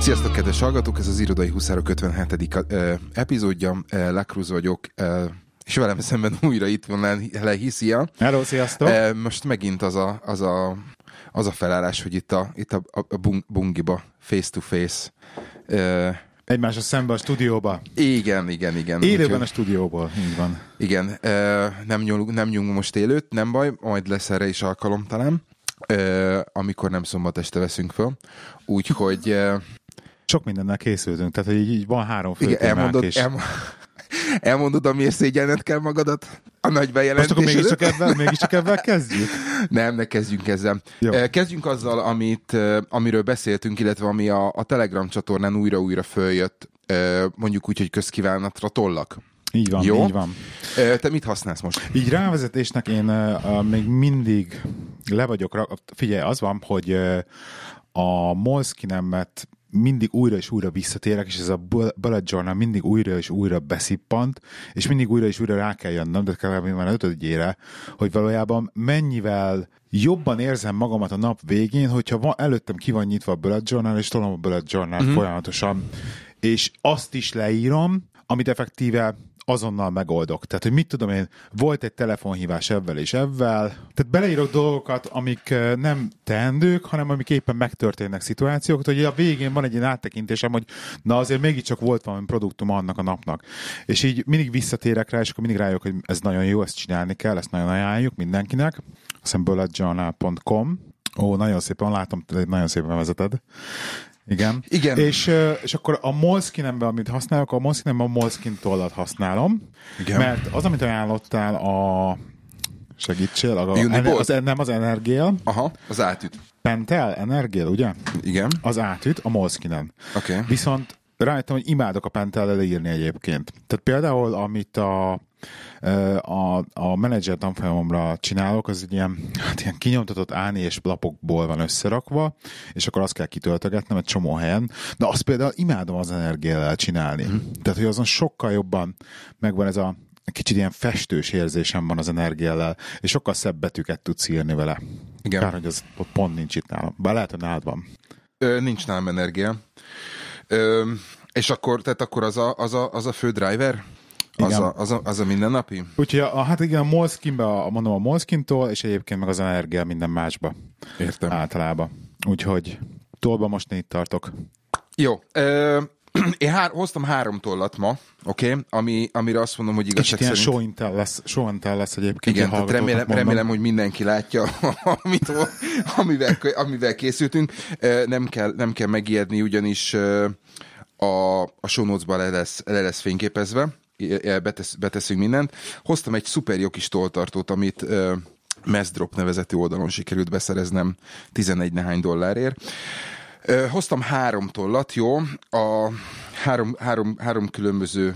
Sziasztok, kedves hallgatók! Ez az Irodai Huszárok 57. epizódja. Lacruz vagyok, és velem szemben újra itt van Lehiszia. Hello, sziasztok! Most megint az a felállás, hogy itt a bungiba, face to face. Egymásra szembe a stúdióba. Igen. Élőben a stúdióból, így van. Igen, nem nyomunk most élőt, nem baj, majd lesz erre is alkalom talán, amikor nem szombat este veszünk föl. Úgyhogy... Sok mindennel készültünk, tehát hogy így van 3 fő témánk is. Elmondod, amiért szégyelned kell magadat? A nagy bejelentés. Most akkor mégiscsak ebben kezdjük? Nem, ne kezdjünk ezzel. Jó. Kezdjünk azzal, amiről beszéltünk, illetve ami a Telegram csatornán újra följött, mondjuk úgy, hogy közkívánatra tollak. Így van, jó? Így van. Te mit használsz most? Így rávezetésnek én még mindig le vagyok figyelj, az van, hogy a Moleskine-et mindig újra és újra visszatérek, és ez a bullet journal mindig újra és újra beszippant, és mindig újra és újra rá kell jönnöm, de kb. Már 5-ére, hogy valójában mennyivel jobban érzem magamat a nap végén, hogyha előttem ki van nyitva a bullet journal, és tolom a bullet journal folyamatosan, és azt is leírom, amit effektíve azonnal megoldok. Tehát, hogy mit tudom én, volt egy telefonhívás evvel és evvel, tehát beleírok dolgokat, amik nem teendők, hanem amik éppen megtörténnek szituációk, hogy a végén van egy ilyen áttekintésem, hogy na azért mégiscsak volt valami produktum annak a napnak. És így mindig visszatérek rá, és akkor mindig rájövök, hogy ez nagyon jó, ezt csinálni kell, ezt nagyon ajánljuk mindenkinek. Azt hiszem bulletjournal.com. Ó, nagyon szépen látom, hogy nagyon szépen vezeted. Igen. És akkor a Moleskine-ben, amit használok, a Moleskine-ben a Moleskine tollat használom. Igen. Mert az, amit ajánlottál segítsél, nem az Energiel. Aha, az átüt. Pentel Energiel, ugye? Igen. Az átüt a Moleskine-en. Okay. Viszont rájöttem, hogy imádok a Pentellel írni egyébként. Tehát például, amit a menedzser tanfolyamomra csinálok, az egy ilyen kinyomtatott A4-es lapokból van összerakva, és akkor azt kell kitöltögetnem egy csomó helyen. De azt például imádom az Energiával csinálni. Tehát, hogy azon sokkal jobban megvan ez a kicsit ilyen festős érzésem van az Energiával, és sokkal szebb betűket tudsz írni vele. Igen. Kár, hogy az pont nincs itt nálam. Bár lehet, hogy nálad van. Nincs nálam Energia. És akkor az a fő driver? Az a mindennapi? Úgyhogy hát igen, a Moleskine-be mondom a Moleskine-tól, és egyébként meg az Energia minden másba. Értem. Általában. Úgyhogy tollba most itt tartok. Jó. Én hoztam 3 tollat ma, oké? Amire azt mondom, hogy igazság szerint... show and tell lesz egyébként. Igen, tehát remélem, hogy mindenki látja, amivel készültünk. Nem kell megijedni, ugyanis a show notes-ban le lesz fényképezve. Beteszünk mindent. Hoztam egy szuper jó kis tolltartót, amit Massdrop nevezetű oldalon sikerült beszereznem 11 nehány dollárért. Hoztam 3 tollat, jó? A három különböző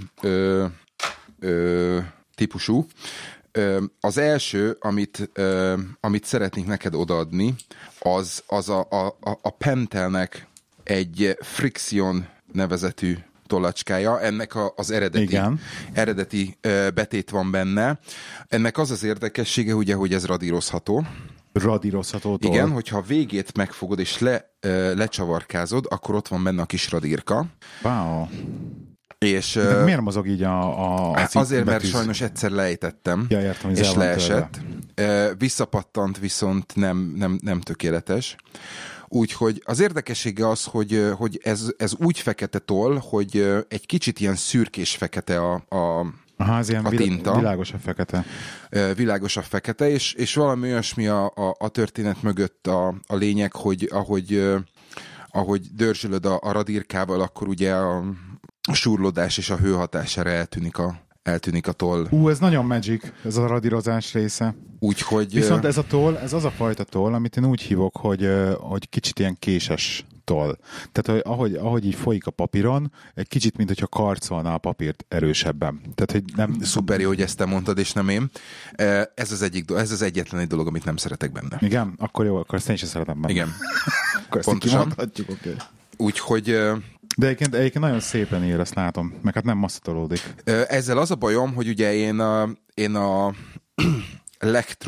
típusú. Az első, amit szeretnék neked odaadni, az a Pentelnek egy Friction nevezetű tollacskája, ennek az eredeti betét van benne. Ennek az érdekessége, ugye, hogy ez radírozható. Radírozható toll. Igen, hogyha a végét megfogod és lecsavarkázod, akkor ott van benne a kis radírka. Wow. És miért mozog így azért, mert sajnos egyszer lejtettem, értem, és leesett. Visszapattant, viszont nem tökéletes. Úgyhogy az érdekessége az, hogy ez úgy fekete toll, hogy egy kicsit ilyen szürkés fekete a tinta. Világosabb fekete. Világosabb fekete, és valami olyasmi a történet mögött a lényeg, hogy ahogy dörzsölöd a radírkával, akkor ugye a súrlódás és a hő hatására eltűnik a toll. Ez nagyon magic, ez a radírozás része. Úgyhogy... Viszont ez a toll, ez az a fajta toll, amit én úgy hívok, hogy kicsit ilyen késes toll. Tehát ahogy így folyik a papíron, egy kicsit, mint hogyha karcolná a papírt erősebben. Tehát, hogy nem... Szuper jó, hogy ezt te mondtad, és nem én. Ez az egyetlen egy dolog, amit nem szeretek benne. Igen? Akkor jó, akkor ezt én sem szeretem benne. Igen. Akkor pontosan. Okay. Úgyhogy... De egyébként nagyon szépen ír, ezt látom. Meg hát nem masszatolódik. Ezzel az a bajom, hogy ugye én a Electrum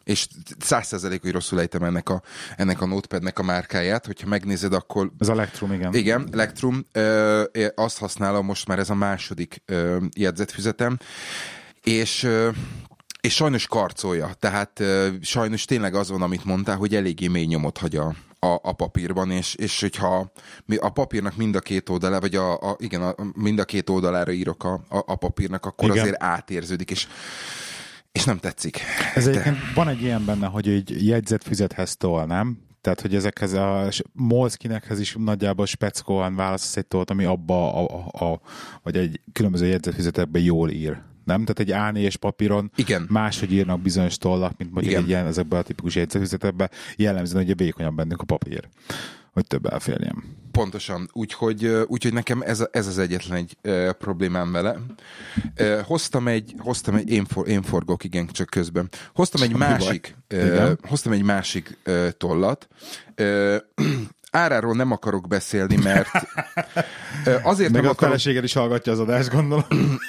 és 100% hogy rosszul ejtem ennek a notepadnek a márkáját, hogyha megnézed, akkor... Ez a Electrum, igen. Igen, Electrum, azt használom most már, ez a második jegyzetfüzetem, és sajnos karcolja, tehát sajnos tényleg az van, amit mondtál, hogy eléggé mély nyomot hagy a papírban, és hogyha a papírnak mind a két oldalá, vagy mind a két oldalára írok a papírnak, akkor igen, azért átérződik, és nem tetszik. Ez egyébként van egy ilyen benne, hogy egy jegyzetfüzethez tol, nem? Tehát, hogy ezekhez a Moleskinekhez is nagyjából speckóan választasz egy tolt, ami abba vagy egy különböző jegyzetfüzetekben jól ír. Nem? Tehát egy A4-es papíron igen, máshogy írnak bizonyos tollak, mint mondjuk egy ilyen ezekben a tipikus jegyzetfüzetekben. Jellemzően, hogy vékonyabb bennük a papír, hogy több elférjen. Pontosan. Úgyhogy nekem ez az egyetlen egy problémám vele. Hoztam egy én forgok, igen, csak közben. Hoztam egy másik tollat. Áráról nem akarok beszélni, mert azért meg nem a feleséged is hallgatja az adást, gondolom.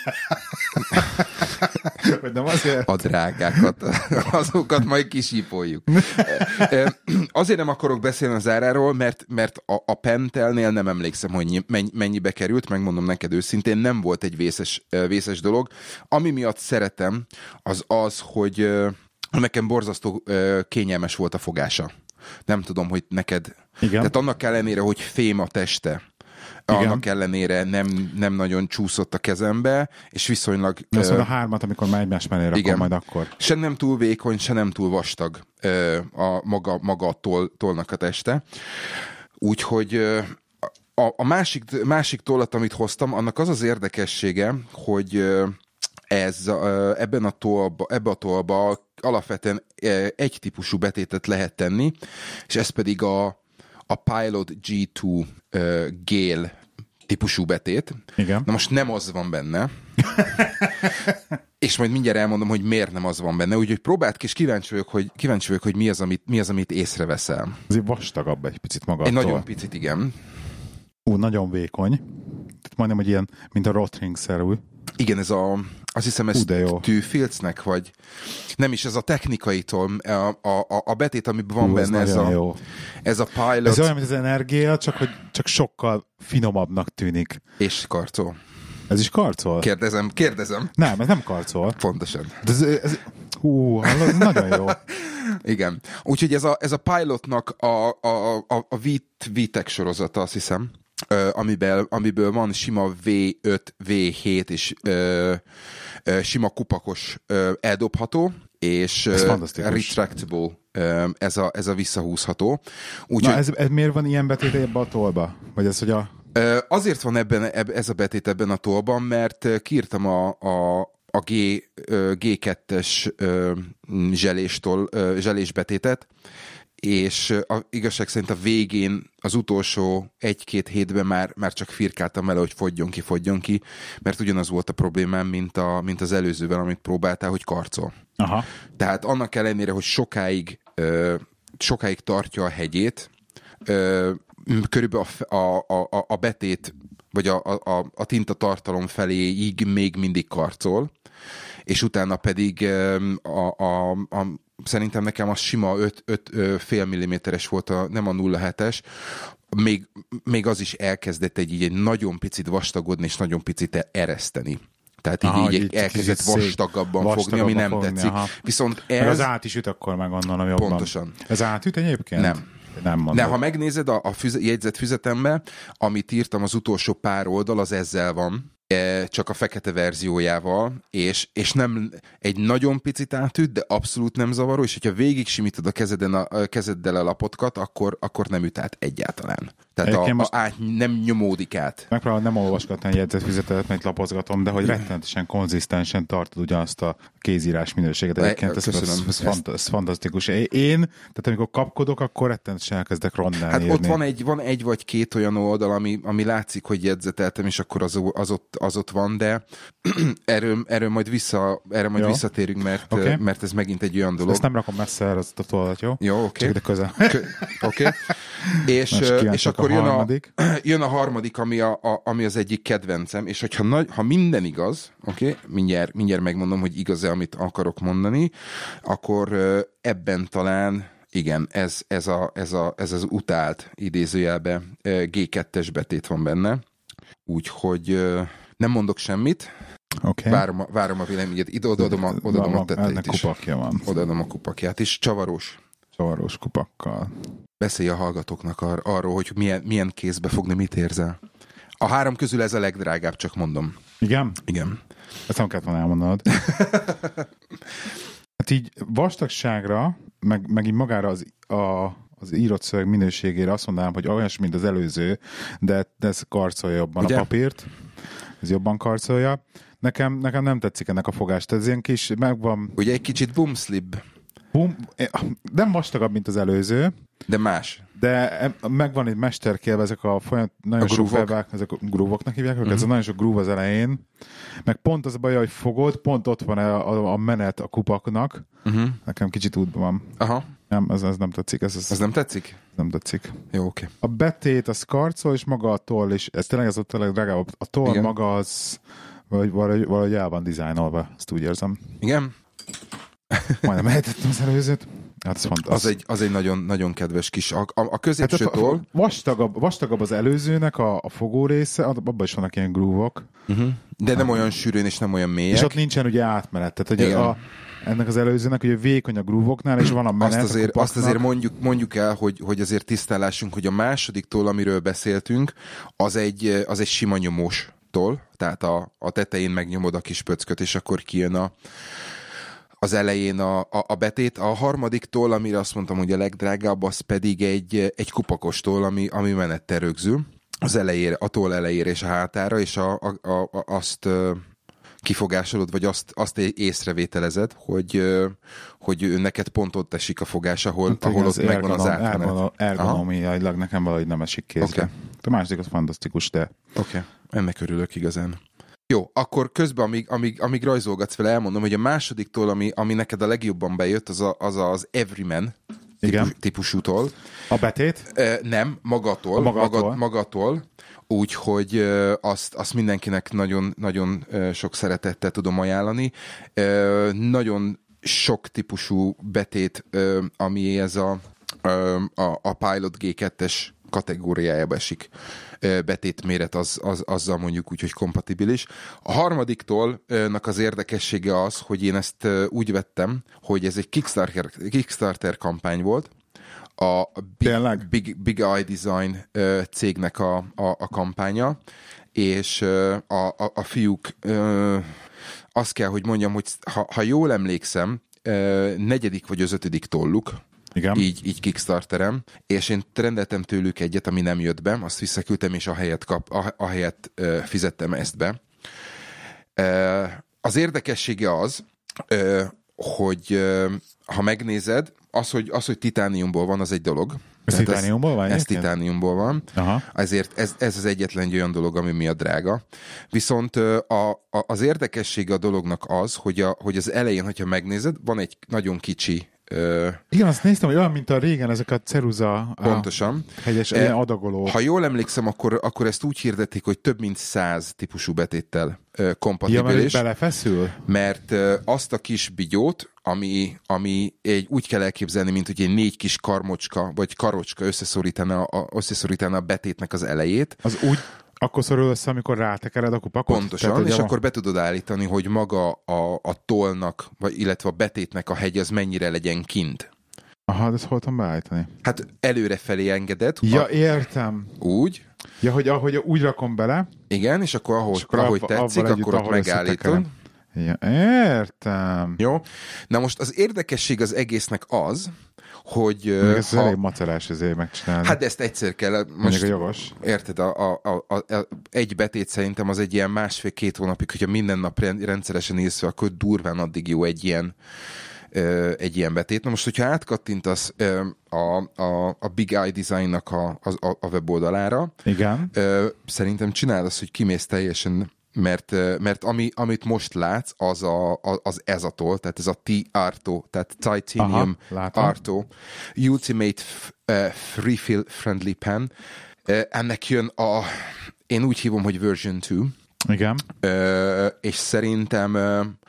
Vagy nem azért? A drágákat, azokat majd kisípoljuk. Azért nem akarok beszélni az áráról, mert a Pentelnél nem emlékszem, hogy mennyibe került, megmondom neked őszintén, nem volt egy vészes dolog. Ami miatt szeretem, az, hogy nekem borzasztó kényelmes volt a fogása. Nem tudom, hogy neked... Igen. Tehát annak ellenére, hogy fém a teste, igen, annak ellenére nem nagyon csúszott a kezembe, és viszonylag... Azt a hármat, amikor már egymás mellé rakom, majd akkor. Se nem túl vékony, se nem túl vastag maga a tollnak a teste. Úgyhogy a másik tollat, amit hoztam, annak az az érdekessége, hogy ebbe a tollba alapvetően egy típusú betétet lehet tenni, és ez pedig a Pilot G2 Gale típusú betét. Igen. Na most nem az van benne, és majd mindjárt elmondom, hogy miért nem az van benne, úgyhogy próbáld ki, és kíváncsi vagyok, hogy mi az, amit észreveszel. Azért vastagabb egy picit maga. Egy nagyon picit, igen. Nagyon vékony. Tehát majdnem, hogy ilyen, mint a Rotring-szerű. Igen, azt hiszem ez Tűfilcnek, vagy nem is, ez a technikaitól, a betét, amiben van benne ez a Pilot. Ez olyan, mint az Energia, csak sokkal finomabbnak tűnik. És karcol. Ez is karcol? Kérdezem. Nem, ez nem karcol. Pontosan. De nagyon jó. Igen. Úgyhogy ez a Pilotnak a VTEC sorozata, azt hiszem, amiből van sima V5, V7 és sima kupakos eldobható, és retractable, ez a visszahúzható. Ez miért van ilyen betét ebben a tollba? Vagy ez, hogy azért van ez a betét ebben a tollban, mert kiírtam a G2-es zselésbetétet, és igazság szerint a végén, az utolsó 1-2 hétben már csak firkáltam vele, hogy fogjon ki, mert ugyanaz volt a problémám, mint az előzővel, amit próbáltál, hogy karcol. Aha. Tehát annak ellenére, hogy sokáig tartja a hegyét, körülbelül a betét, vagy a tinta tartalom feléig még mindig karcol, és utána pedig szerintem nekem az sima 5,5 milliméteres volt, nem a 0,7-es, még az is elkezdett egy nagyon picit vastagodni, és nagyon picit ereszteni. Tehát így elkezdett vastagabban fogni, ami nem tetszik. Aha. Viszont ez... az át is üt akkor meg onnan jobban. Pontosan. Ez átüt egyébként? Nem. De ha megnézed a jegyzetfüzetembe, amit írtam, az utolsó pár oldal, az ezzel van, csak a fekete verziójával, és nem egy nagyon picit átüt, de abszolút nem zavaró, és hogyha végig simítod a kezeddel a lapotkat, akkor nem üt át egyáltalán. Tehát nem nyomódik át. Megpróbálom nem olvasgatni a jegyzetfüzetet, mert lapozgatom, de hogy rettenetesen konzisztensen tartod ugyanazt a kézírás minőséget. Egyébként ez fantasztikus. Tehát amikor kapkodok, akkor rettenetesen elkezdek rondán hát írni. Ott van egy vagy két olyan oldal, ami látszik, hogy jegyzeteltem, és akkor az ott van, de erről majd visszatérünk, mert ez megint egy olyan dolog. Ezt nem rakom messze el, az a tollat, jó? Jó, oké. Csak de közel. Oké. És akkor jön a harmadik, ami az egyik kedvencem, és hogyha ha minden igaz, oké, mindjárt megmondom, hogy igaz hozzá, amit akarok mondani, akkor ebben talán igen, ez az utált idézőjelbe G2-es betét van benne, úgyhogy nem mondok semmit, Okay. Várom a véleményét, odaadom a tetejét is. Kupakja van. Odaadom a kupakját is, csavaros kupakkal. Beszélj a hallgatóknak arról, hogy milyen kézbe fogni, mit érzel. A 3 közül ez a legdrágább, csak mondom. Igen? Igen. Ezt nem kellett volna elmondanod. Hát így vastagságra, meg így magára az írott szöveg minőségére azt mondanám, hogy olyas, mint az előző, de ez karcolja jobban ugye? A papírt. Ez jobban karcolja. Nekem nem tetszik ennek a fogást. Ez ilyen kis, megvan... Ugye egy kicsit bumslib. Nem vastagabb, mint az előző. De más. De megvan egy mesterkélve, ezek a folyamat, nagyon a sok felvág, ezek a groovoknak hívják, ez a nagyon sok groove az elején. Meg pont az a baj, hogy fogod, pont ott van a menet a kupaknak. Nekem kicsit útban van. Aha. Nem, ez nem tetszik. Ez nem tetszik? Nem tetszik. Jó, oké. A betét, az karcol, és maga a toll, és ez tényleg az ott a legdrágább. A toll igen. Maga az valahogy el van dizájnolva, ezt úgy érzem. Igen? Majdnem elejtettem az előzőt. Hát az egy nagyon, nagyon kedves kis, a középső toll. Vastagabb az előzőnek a fogó része, abban is vannak ilyen groove-ok. De nem olyan sűrűn és nem olyan mélyek. És ott nincsen ugye átmenet. Tehát ugye ennek az előzőnek ugye vékony a groove-oknál, és van a menet. Azt azért mondjuk el, hogy azért tisztálásunk, hogy a második toll, amiről beszéltünk, az egy sima nyomós toll, tehát a tetején megnyomod a kis pöcköt, és akkor kijön az elején a betét. A harmadik toll, amire azt mondtam, hogy a legdrágább, az pedig egy kupakos toll, ami menettel rögzül. Az elejére, a toll elejére és a hátára, és azt kifogásolod, vagy azt észrevételezed, hogy neked pont ott esik a fogás, ahol ott megvan az átmenet. Ergonomiailag nekem valahogy nem esik kézbe. Okay. A második az fantasztikus, de... Oké, ennek örülök igazán. Jó, akkor közben, amíg rajzolgatsz vele, elmondom, hogy a másodiktól, ami neked a legjobban bejött, az Everyman típusú toll. A betét? Nem, magatól. Úgyhogy azt mindenkinek nagyon, nagyon sok szeretettel tudom ajánlani. Nagyon sok típusú betét, ami ez a Pilot G2-es kategóriájába esik betétméret, azzal mondjuk úgy, hogy kompatibilis. A harmadik tollnak az érdekessége az, hogy én ezt úgy vettem, hogy ez egy Kickstarter kampány volt, a Big Eye Design cégnek a kampánya, és a fiúk, azt kell, hogy mondjam, hogy ha jól emlékszem, 4. vagy 5. tolluk, igen. Így Kickstarterem, és én rendeltem tőlük egyet, ami nem jött be, azt visszaküldtem, és a helyet fizettem ezt be. Az érdekessége az, hogy ha megnézed, az, hogy titániumból van, az egy dolog. Ez titániumból van? Ez titániumból van. Aha. Ezért ez az egyetlen olyan dolog, ami miatt drága. Viszont az érdekessége a dolognak az, hogy az elején, hogyha megnézed, van egy nagyon kicsi igen, azt néztem, hogy olyan, mint a régen ezek a ceruza pontosan. Hegyes adagoló. Ha jól emlékszem, akkor ezt úgy hirdették, hogy több mint 100 típusú betéttel kompatibilis. Ja, belefeszül? Mert azt a kis bigyót, ami úgy kell elképzelni, mint hogy egy 4 kis karmocska, vagy karocska összeszorítaná a betétnek az elejét. Az úgy akkor szorul össze, amikor rátekered a kupakot? Pontosan, tehát, és akkor be tudod állítani, hogy maga a tollnak, illetve a betétnek a hegy az mennyire legyen kint. Aha, de ezt hol tudom beállítani? Hát előrefelé engeded. Ja, értem. Úgy. Ja, hogy ahogy úgy rakom bele. Igen, és akkor ahogy tetszik, akkor ott megállítod. Ja, értem. Jó. Na most az érdekesség az egésznek az, hogy... Ez elég macerás ezért megcsinálni. Hát ezt egyszer kell. Most, jogos. Érted, egy betét szerintem az egy ilyen 1,5-2 hónapig, hogyha minden nap rendszeresen írsz, akkor durván addig jó egy ilyen betét. Na most, hogyha átkattintasz a Big Eye Design-nak a weboldalára, igen. Szerintem csináld azt, hogy kimész teljesen, mert amit most látsz, az ez a toll, tehát ez a T-Arto, tehát Titanium Arto Ultimate Refill Friendly Pen. Ennek jön én úgy hívom, hogy version 2. Igen. És szerintem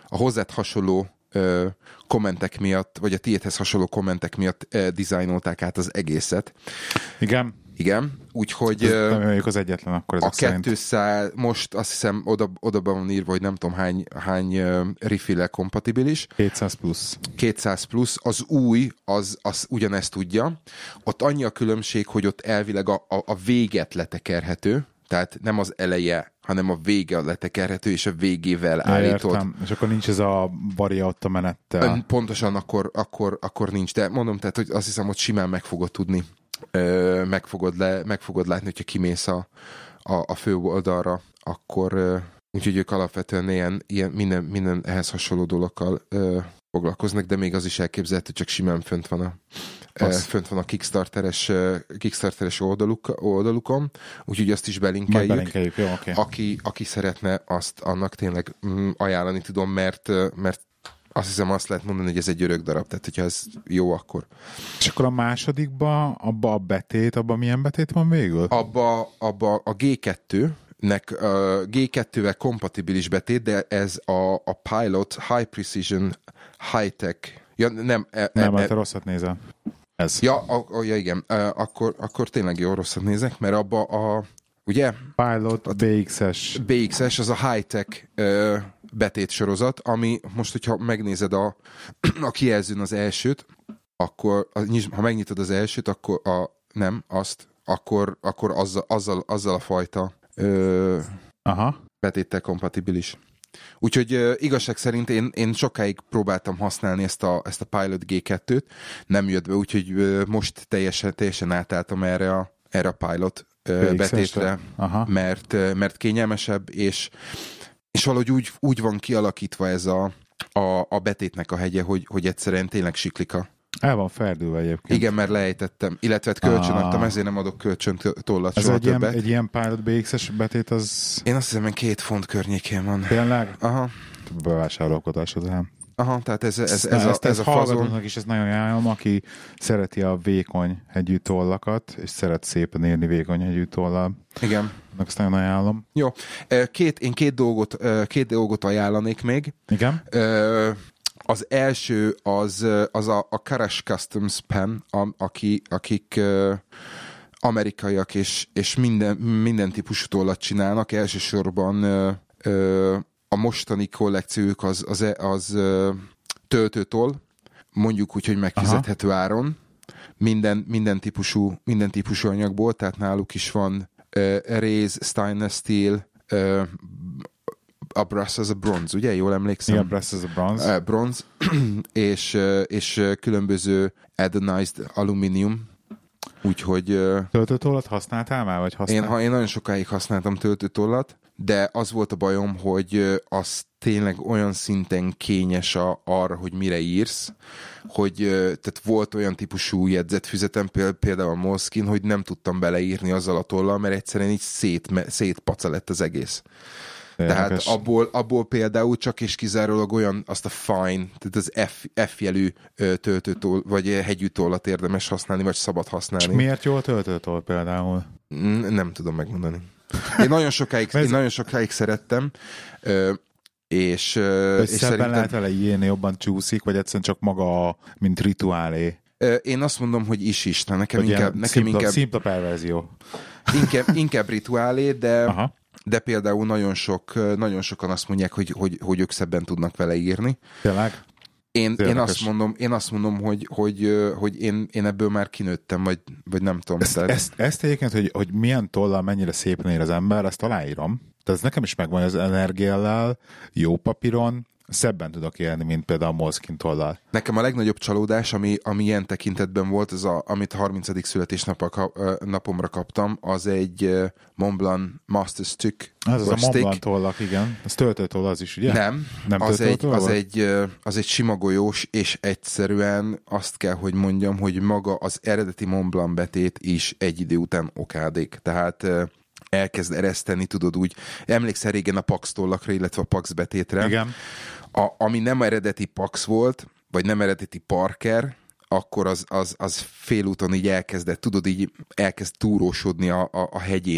a hozzád hasonló kommentek miatt, vagy a tiédhez hasonló kommentek miatt dizájnolták át az egészet. Igen, úgyhogy nem vagyok az egyetlen akkor ezek szerint. 200, most azt hiszem oda van írva, hogy nem tudom hány refill-e kompatibilis. 200 plusz. 200 plusz, az új, az ugyanezt tudja. Ott annyi a különbség, hogy ott elvileg a véget letekerhető, tehát nem az eleje, hanem a vége letekerhető, és a végével állítod. Értem. És akkor nincs ez a varia ott a menettel. Pontosan akkor nincs, de mondom, tehát, hogy azt hiszem, hogy simán meg fogod tudni. Meg fogod látni, hogyha kimész a fő oldalra, akkor úgyhogy ők alapvetően ilyen minden ehhez hasonló dologgal foglalkoznak, de még az is elképzelhető, csak simán fönt van a Kickstarteres oldalukon, úgyhogy azt is belinkeljük. Jó, okay. Aki szeretne, azt annak tényleg ajánlani tudom, mert azt hiszem azt lehet mondani, hogy ez egy örök darab, tehát hogyha ez jó, akkor. És akkor a másodikba, abba a betét, abba milyen betét van végül? Abba a G2-vel kompatibilis betét, de ez a Pilot High Precision High Tech. Ja, nem, te rosszat nézel. Ez. Ja, igen. Akkor tényleg jó rosszat nézek, mert abba ugye? Pilot BX-es. BX-es, az a High Tech betét sorozat, ami most, hogyha megnézed a kijelzőn az elsőt, akkor, ha megnyitod az elsőt, akkor akkor azzal a fajta betéttel kompatibilis. Úgyhogy igazság szerint én sokáig próbáltam használni ezt a Pilot G2-t, nem jött be, úgyhogy most teljesen átálltam erre a Pilot betétre, mert kényelmesebb, és valahogy úgy van kialakítva ez a betétnek a hegye, hogy egyszerűen tényleg siklika. El van ferdülve egyébként. Igen, mert lejtettem, illetve kölcsönadtam, ezért nem adok kölcsöntollat soha többet. Ez egy ilyen Pilot BX-es betét, az... Én azt hiszem, hogy 2 font környékén van. Tényleg? Aha. Bevásárolkodás után. Aha, tehát ez a fazon. Is ez nagyon ajánlom, aki szereti a vékony hegyű tollakat, és szeret szépen írni vékony hegyű tollal. Igen. Azt nagyon ajánlom. Jó. Én két dolgot ajánlanék még. Igen. Az első az a Karash Customs Pen, akik amerikaiak, és minden típusú tollat csinálnak. Elsősorban a mostani kollekciójuk az töltőtoll, mondjuk úgy, hogy megfizethető áron. Minden típusú anyagból, tehát náluk is van réz, stainless steel, a brass az a bronz, ugye? Jól emlékszem? Igen, brass az a bronz. Bronz, és különböző anodized aluminium, úgyhogy... Töltőtollat használtál már, vagy használtál? Én nagyon sokáig használtam töltőtollat, de az volt a bajom, hogy az tényleg olyan szinten kényes arra, hogy mire írsz, hogy tehát volt olyan típusú jegyzetfüzetem, például a Moleskine, hogy nem tudtam beleírni azzal a tollal, mert egyszerűen így szétpaca lett az egész. Tehát abból például csak és kizárólag olyan azt a fine, tehát az F jelű töltőtoll, vagy hegyű tollat érdemes használni, vagy szabad használni. És miért jó a töltőtoll például? Nem tudom megmondani. Én nagyon sokáig szerettem, és szebben lehet vele írni, jobban csúszik, vagy egyszerűen csak maga, mint rituálé? Én azt mondom, hogy is. Nekem inkább szimpla perverzió. Inkább rituálé, de például nagyon sokan azt mondják, hogy ők szebben tudnak vele írni. Tényleg? Én azt mondom, hogy én ebből már kinőttem, vagy nem tudom. Ezt egyébként, hogy milyen tollal mennyire szépen ír az ember, ezt aláírom. Tehát ez nekem is megvan, az energiállal, jó papíron, szebben tudok élni, mint például a Moleskine tollal. Nekem a legnagyobb csalódás, ami ilyen tekintetben volt, amit a 30. születésnapomra kaptam, az egy Montblanc Master Stick. Az a Montblanc tollak, igen. Ez töltőtoll az is, ugye? Nem az egy sima golyós, és egyszerűen azt kell, hogy mondjam, hogy maga az eredeti Montblanc betét is egy idő után okádék. Tehát elkezd ereszteni, tudod úgy. Emlékszel régen a Pax tollakra, illetve a Pax betétre. Igen. Ami nem eredeti Pax volt, vagy nem eredeti Parker, akkor az félúton így elkezdett, tudod, így elkezd túrósodni a hegyén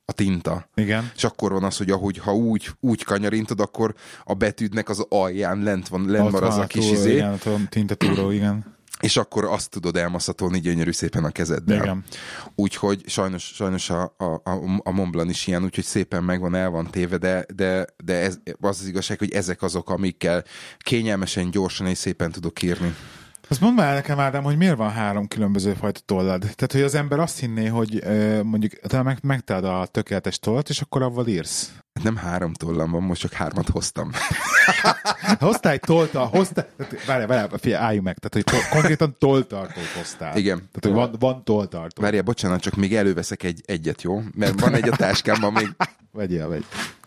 a tinta. Igen. És akkor van az, hogy ha úgy kanyarintod, akkor a betűdnek az alján lent van az a kis izé. Igen, a tintatúró, igen. És akkor azt tudod elmaszatolni gyönyörű szépen a kezeddel. Igen. Úgyhogy sajnos a Mont Blanc is ilyen, úgyhogy szépen el van téve, de ez, az igazság, hogy ezek azok, amikkel kényelmesen, gyorsan és szépen tudok írni. Azt mondd már nekem, Ádám, hogy miért van 3 különböző fajta tollad? Tehát, hogy az ember azt hinné, hogy mondjuk te megtalálod a tökéletes tollat, és akkor avval írsz. Nem 3 tollam van, most csak 3 hoztam. Hoztál egy várjál, figyelj, álljunk meg. Tehát, hogy konkrétan tolltartót hoztál. Igen. Tehát, hogy van tolltartó. Várjál, bocsánat, csak még előveszek egyet, jó? Mert van egy a táskámban még. Vegyél.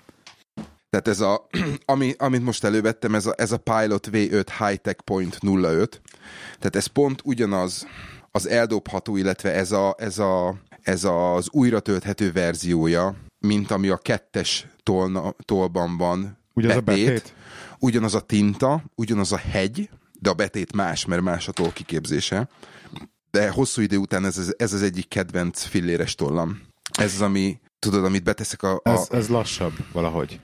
Tehát amit most elővettem, ez a Pilot V5 High-Tech Point 05. Tehát ez pont ugyanaz az eldobható, illetve ez az újra tölthető verziója, mint ami a 2-es tollban van. Ugyanaz a betét? Ugyanaz a tinta, ugyanaz a hegy, de a betét más, mert más a toll kiképzése. De hosszú idő után ez az egyik kedvenc filléres tollam. Ez az, ami, tudod, amit beteszek Ez lassabb valahogy.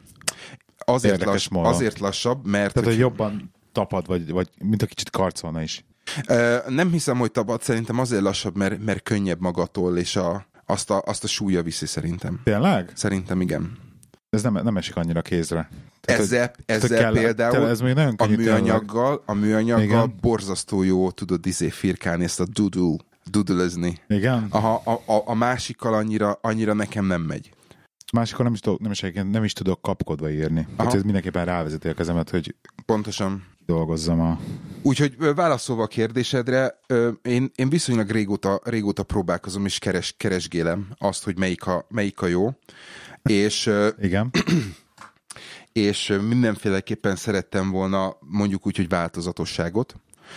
Azért lassabb, mert... Tehát, hogy jobban tapad, vagy mint a kicsit karcolna is. Nem hiszem, hogy tapad, szerintem azért lassabb, mert könnyebb magatól, és azt a súlya viszi szerintem. Tényleg? Szerintem igen. Ez nem esik annyira kézre. Tehát, ezzel például ez még nagyon a műanyaggal borzasztó jó tudod firkálni ezt a doodlezni. Igen? A másikkal annyira nekem nem megy. Másikon nem is tudok kapkodva írni. Hát ez mindenképpen rávezeti a kezemet, hogy pontosan dolgozzam Úgyhogy válaszolva a kérdésedre, én viszonylag régóta próbálkozom és keresgélem azt, hogy melyik a jó. És, igen. És mindenféleképpen szerettem volna mondjuk úgy, hogy változatosságot.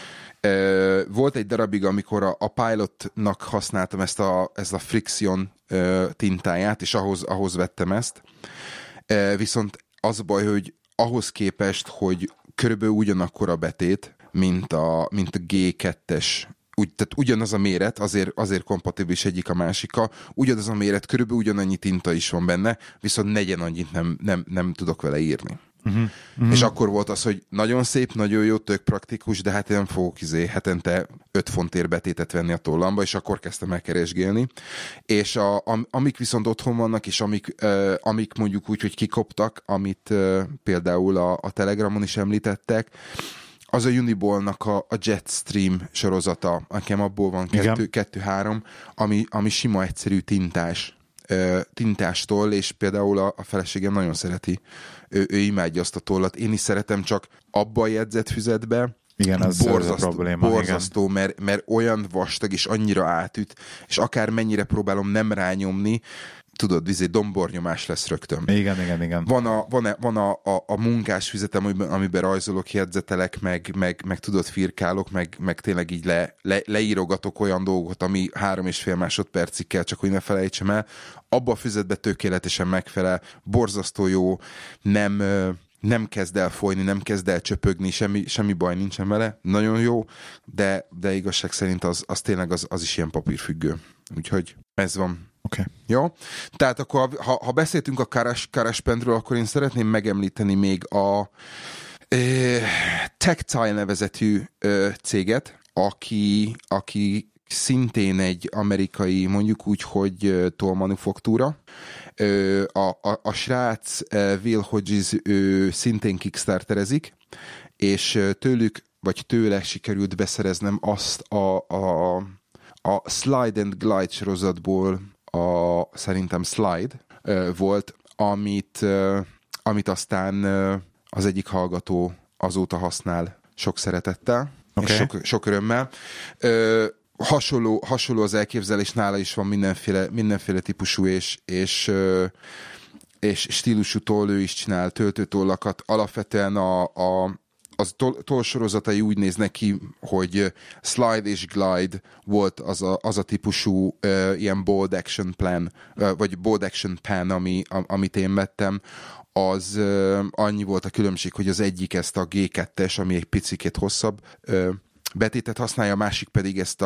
Volt egy darabig, amikor a Pilotnak használtam ezt a Friction tintáját, és ahhoz vettem ezt. Viszont az a baj, hogy ahhoz képest, hogy körülbelül ugyanakkor a betét, mint a G2-es, tehát ugyanaz a méret, azért kompatibilis egyik a másikkal, ugyanaz a méret, körülbelül ugyanannyi tinta is van benne, viszont negyen annyit nem tudok vele írni. És akkor volt az, hogy nagyon szép, nagyon jó, tök praktikus, de hát én nem fogok hetente 5 fontért betétet venni a tollamba, és akkor kezdtem el keresgélni. És amik viszont otthon vannak, és amik mondjuk úgy, hogy kikoptak, amit például a Telegramon is említettek, az a Uniball-nak a Jetstream sorozata, nekem abból van 2-3, ami sima, egyszerű tintástól, és például a feleségem nagyon szereti. Ő imádja azt a tollat. Én is szeretem, csak abba a jegyzetfüzetbe. Igen, ez a probléma. Borzasztó, mert olyan vastag és annyira átüt, és akár mennyire próbálom nem rányomni, tudod, dombornyomás lesz rögtön. Igen. Van a munkás füzetem, amiben rajzolok, jegyzetelek, meg tudod, firkálok, meg tényleg így leírogatok olyan dolgokat, ami 3,5 másodpercig kell, csak hogy ne felejtsem el. Abba a füzetbe tökéletesen megfelel, borzasztó jó, nem kezd el folyni, nem kezd el csöpögni, semmi baj nincsen vele, nagyon jó, de igazság szerint az tényleg az is ilyen papírfüggő. Úgyhogy ez van. Okay. Jó? Tehát akkor, ha beszéltünk a GarageBandről, akkor én szeretném megemlíteni még a Tactile nevezetű céget, aki szintén egy amerikai, mondjuk úgy, hogy tollmanufaktúra. A srác Will Hodges, ő szintén kickstarterezik, és tőle sikerült beszereznem azt a Slide and Glide sorozatból szerintem Slide volt, amit aztán az egyik hallgató azóta használ sok szeretettel, és sok örömmel. Hasonló az elképzelés, nála is van mindenféle típusú és stílusú toll, ő is csinál töltőtollakat. Alapvetően az tollsorozatai úgy néznek ki, hogy Slide és Glide volt az a típusú ilyen bold action plan, vagy bold action pen, amit én vettem. Az annyi volt a különbség, hogy az egyik ezt a G2-es, ami egy picikét hosszabb betétet használja, a másik pedig ezt a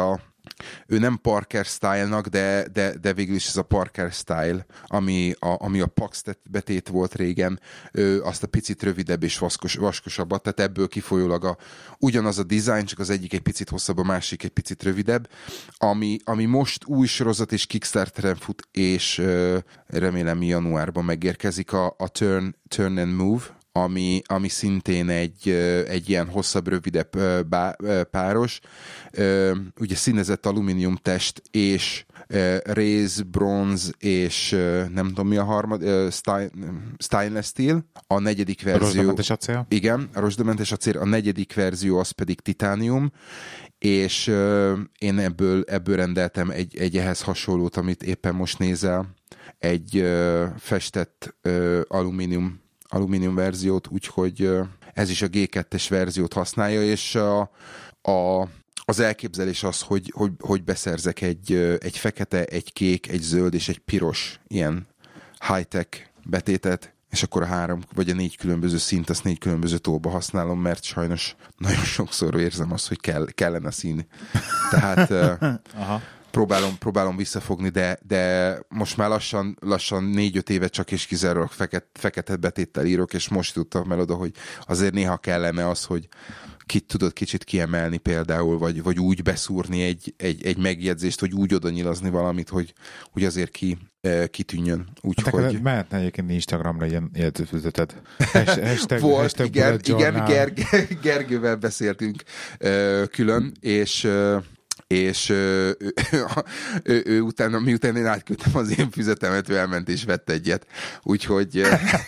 ő nem Parker Style-nak, de végül is ez a Parker Style, ami a Pax betét volt régen, azt a picit rövidebb és vaskosabbat, tehát ebből kifolyólag ugyanaz a design, csak az egyik egy picit hosszabb, a másik egy picit rövidebb, ami most új sorozat és Kickstarteren fut, és remélem januárban megérkezik a Turn and Move, ami szintén egy ilyen hosszabb, rövidebb páros. Ugye színezett alumínium test és réz, bronz és nem tudom mi a harmad, stainless steel. A negyedik verzió... A rozsdamentes acél? Igen, a rozsdamentes acél. A negyedik verzió az pedig titánium, és én ebből rendeltem egy ehhez hasonlót, amit éppen most nézel. Egy festett alumínium verziót, úgyhogy ez is a G2-es verziót használja, és az elképzelés az, hogy beszerzek egy fekete, egy kék, egy zöld és egy piros ilyen high-tech betétet, és akkor a 3 vagy a 4 különböző szint, azt 4 különböző tóba használom, mert sajnos nagyon sokszor érzem azt, hogy kellene szín. Tehát Aha. Próbálom visszafogni, de most már lassan 4-5 éve csak és kizárólag fekete betéttel írok, és most tudtam el oda, hogy azért néha kellene az, hogy tudod kicsit kiemelni például, vagy úgy beszúrni egy megjegyzést, vagy úgy oda nyilazni valamit, hogy azért kitűnjön. Úgyhogy... Mehetne egyébként Instagramra ilyen életfüzeted. Volt, igen, Gergővel beszéltünk külön, és ő utána, miután én átküldtem az én füzetemet, ő elment és vett egyet. Úgyhogy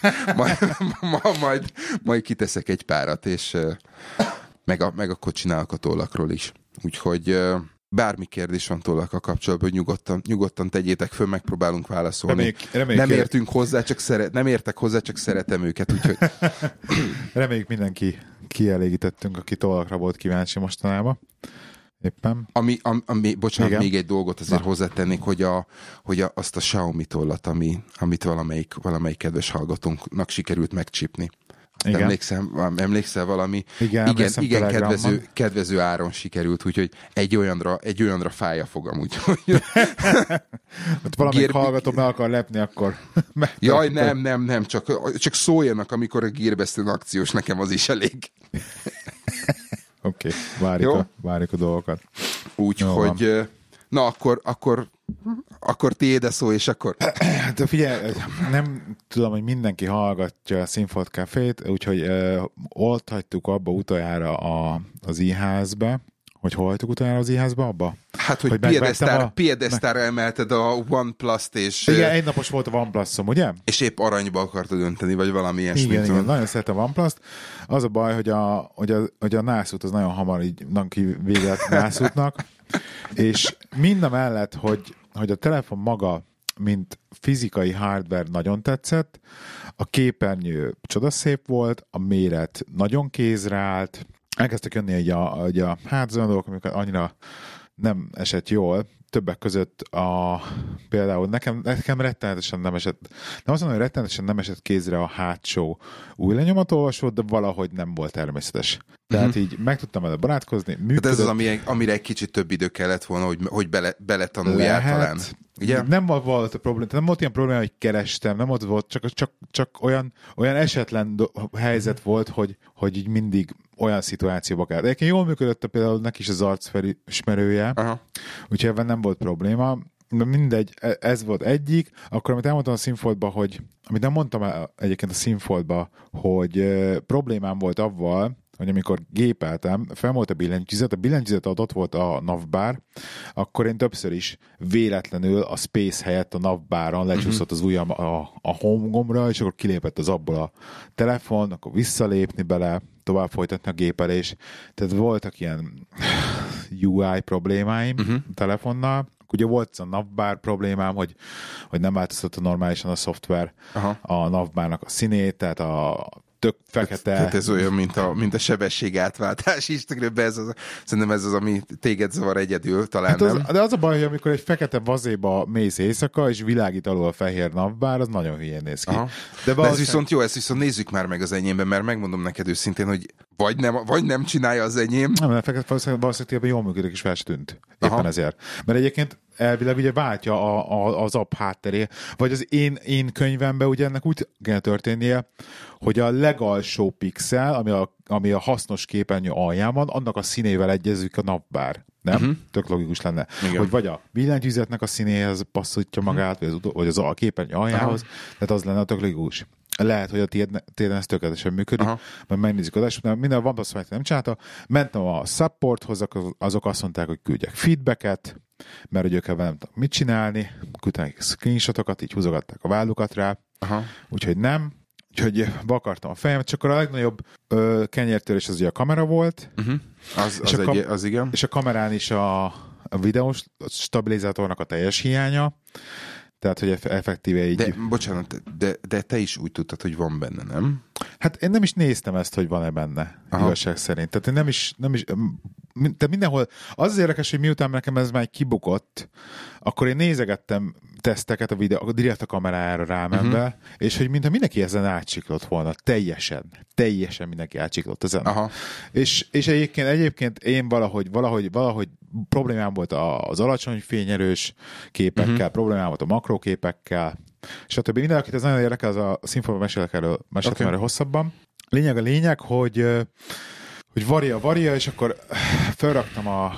majd kiteszek egy párat, és meg a kocsinálok a tollakról is. Úgyhogy bármi kérdés van tollakkal kapcsolatban, nyugodtan tegyétek föl, megpróbálunk válaszolni. Nem értünk hozzá, nem értek hozzá, csak szeretem őket. Úgyhogy... Reméljük mindenki kielégítettünk, aki tollakra volt kíváncsi mostanában. Éppen. Bocsánat, igen. Még egy dolgot azért hozzátennék, hogy azt a Xiaomi tollat, amit valamelyik kedves hallgatónknak sikerült megcsípni. Emlékszel valami? Igen, kedvező áron sikerült, úgyhogy egy olyanra fáj a fogam, úgyhogy... valamelyik hallgató meg akar lepni, akkor... Jaj, nem, csak szóljanak, amikor a Gearbest-en akciós, nekem az is elég. Oké, várjuk a dolgokat. Úgyhogy, na akkor tiéd a szó, és akkor... Hát figyelj, nem tudom, hogy mindenki hallgatja a Színfolt Cafét, úgyhogy ott hagytuk abba utoljára az IHS-be, hogy hol hagytuk utoljára az IHS-be abba? Hát, hogy piedesztára emelted a OnePlus-t, és... Igen, egy napos volt a OnePlus-om, ugye? És épp aranyba akartad önteni, vagy valami ilyesmit. Igen, nagyon szeretem a OnePlus-t. Az a baj, hogy a nászút az nagyon hamar így véget nászútnak, és mindamellett, hogy a telefon maga, mint fizikai hardware nagyon tetszett, a képernyő csodaszép volt, a méret nagyon kézre állt, elkezdtek jönni egy olyan dolgok, amiket annyira nem esett jól, többek között például nekem rettenetesen nem esett, nem azt mondom, hogy rettenetesen nem esett kézre a hátsó új lenyomatolvasó, de valahogy nem volt természetes. Tehát így meg tudtam vele barátkozni, működött. Hát ez az, amire egy kicsit több idő kellett volna, hogy beletanuljál talán. Ugye? Nem volt a probléma, nem volt ilyen probléma, hogy kerestem, nem volt, csak olyan esetlen helyzet volt, hogy így mindig olyan szituációba kellett. Egyébként jól működött például neki is az arcfelismerője, úgyhogy ebben nem volt probléma. De mindegy, ez volt egyik. Akkor, amit elmondtam a Színfoltba, amit nem mondtam egyébként a Színfoltba, hogy problémám volt avval, hogy amikor gépeltem, fel volt a billentyűzet ott volt a navbar, akkor én többször is véletlenül a space helyett a navbaron lecsúszott az ujjam a home gombra, és akkor kilépett az abból a telefon, akkor visszalépni bele, tovább folytatni a gépelés. Tehát voltak ilyen UI problémáim a telefonnal. Ugye volt a navbar problémám, hogy nem változtatta normálisan a szoftver a navbarnak a színét, tehát tök fekete. Tehát ez olyan, mint a sebességátváltás Instagramben, szerintem ez az, ami téged zavar egyedül, talán hát nem. De az a baj, hogy amikor egy fekete vazéba mész éjszaka, és világít alul a fehér napbár, az nagyon hülyén néz ki. De ez viszont jó, ezt viszont nézzük már meg az enyémben, mert megmondom neked őszintén, hogy vagy nem csinálja az enyém. Nem, mert fekete valószínűleg jól működik, és fel se tűnt. Éppen ezért. Mert egyébként elvileg ugye váltja az app hátteré, vagy az én könyvemben ugye ennek úgy kell történnie, hogy a legalsó pixel, ami a hasznos képernyő alján van, annak a színével egyezik a napbár. Nem? Tök logikus lenne. Igen. Hogy vagy a billentyűzetnek a színéhez passzítja magát, vagy az a képernyő aljához, tehát az lenne a tök logikus. Lehet, hogy a tiéden ez tökéletesen működik, mert megnézzük az esetben, minden a OnePlus nem csinálta. Mentem a supporthoz, azok azt mondták, hogy küldjek feedbacket, mert hogy ők ebben nem tudnak mit csinálni, küldtek screenshotokat, így húzogatták a vállukat rá, úgyhogy nem. Úgyhogy vakartam a fejem, csak a legnagyobb kenyértörés az ugye a kamera volt. Az igen. És a kamerán is a videós stabilizátornak a teljes hiánya. Tehát, hogy effektíve így... De, bocsánat, de te is úgy tudtad, hogy van benne, nem? Hát én nem is néztem ezt, hogy van-e benne, igazság szerint. Tehát én nem is de mindenhol, az érdekes, hogy miután nekem ez már kibukott, akkor én nézegettem teszteket a videó, direkt a kamerára rámenve, és hogy mintha mindenki ezen átsiklott volna, teljesen mindenki átsiklott ezen. És egyébként én valahogy problémám volt az alacsony fényerős képekkel, problémám volt a makroképekkel, stb. Minden, akit ez nagyon érdekel, az a színfolban meséltem erről hosszabban. Lényeg, hogy varia, és akkor felraktam a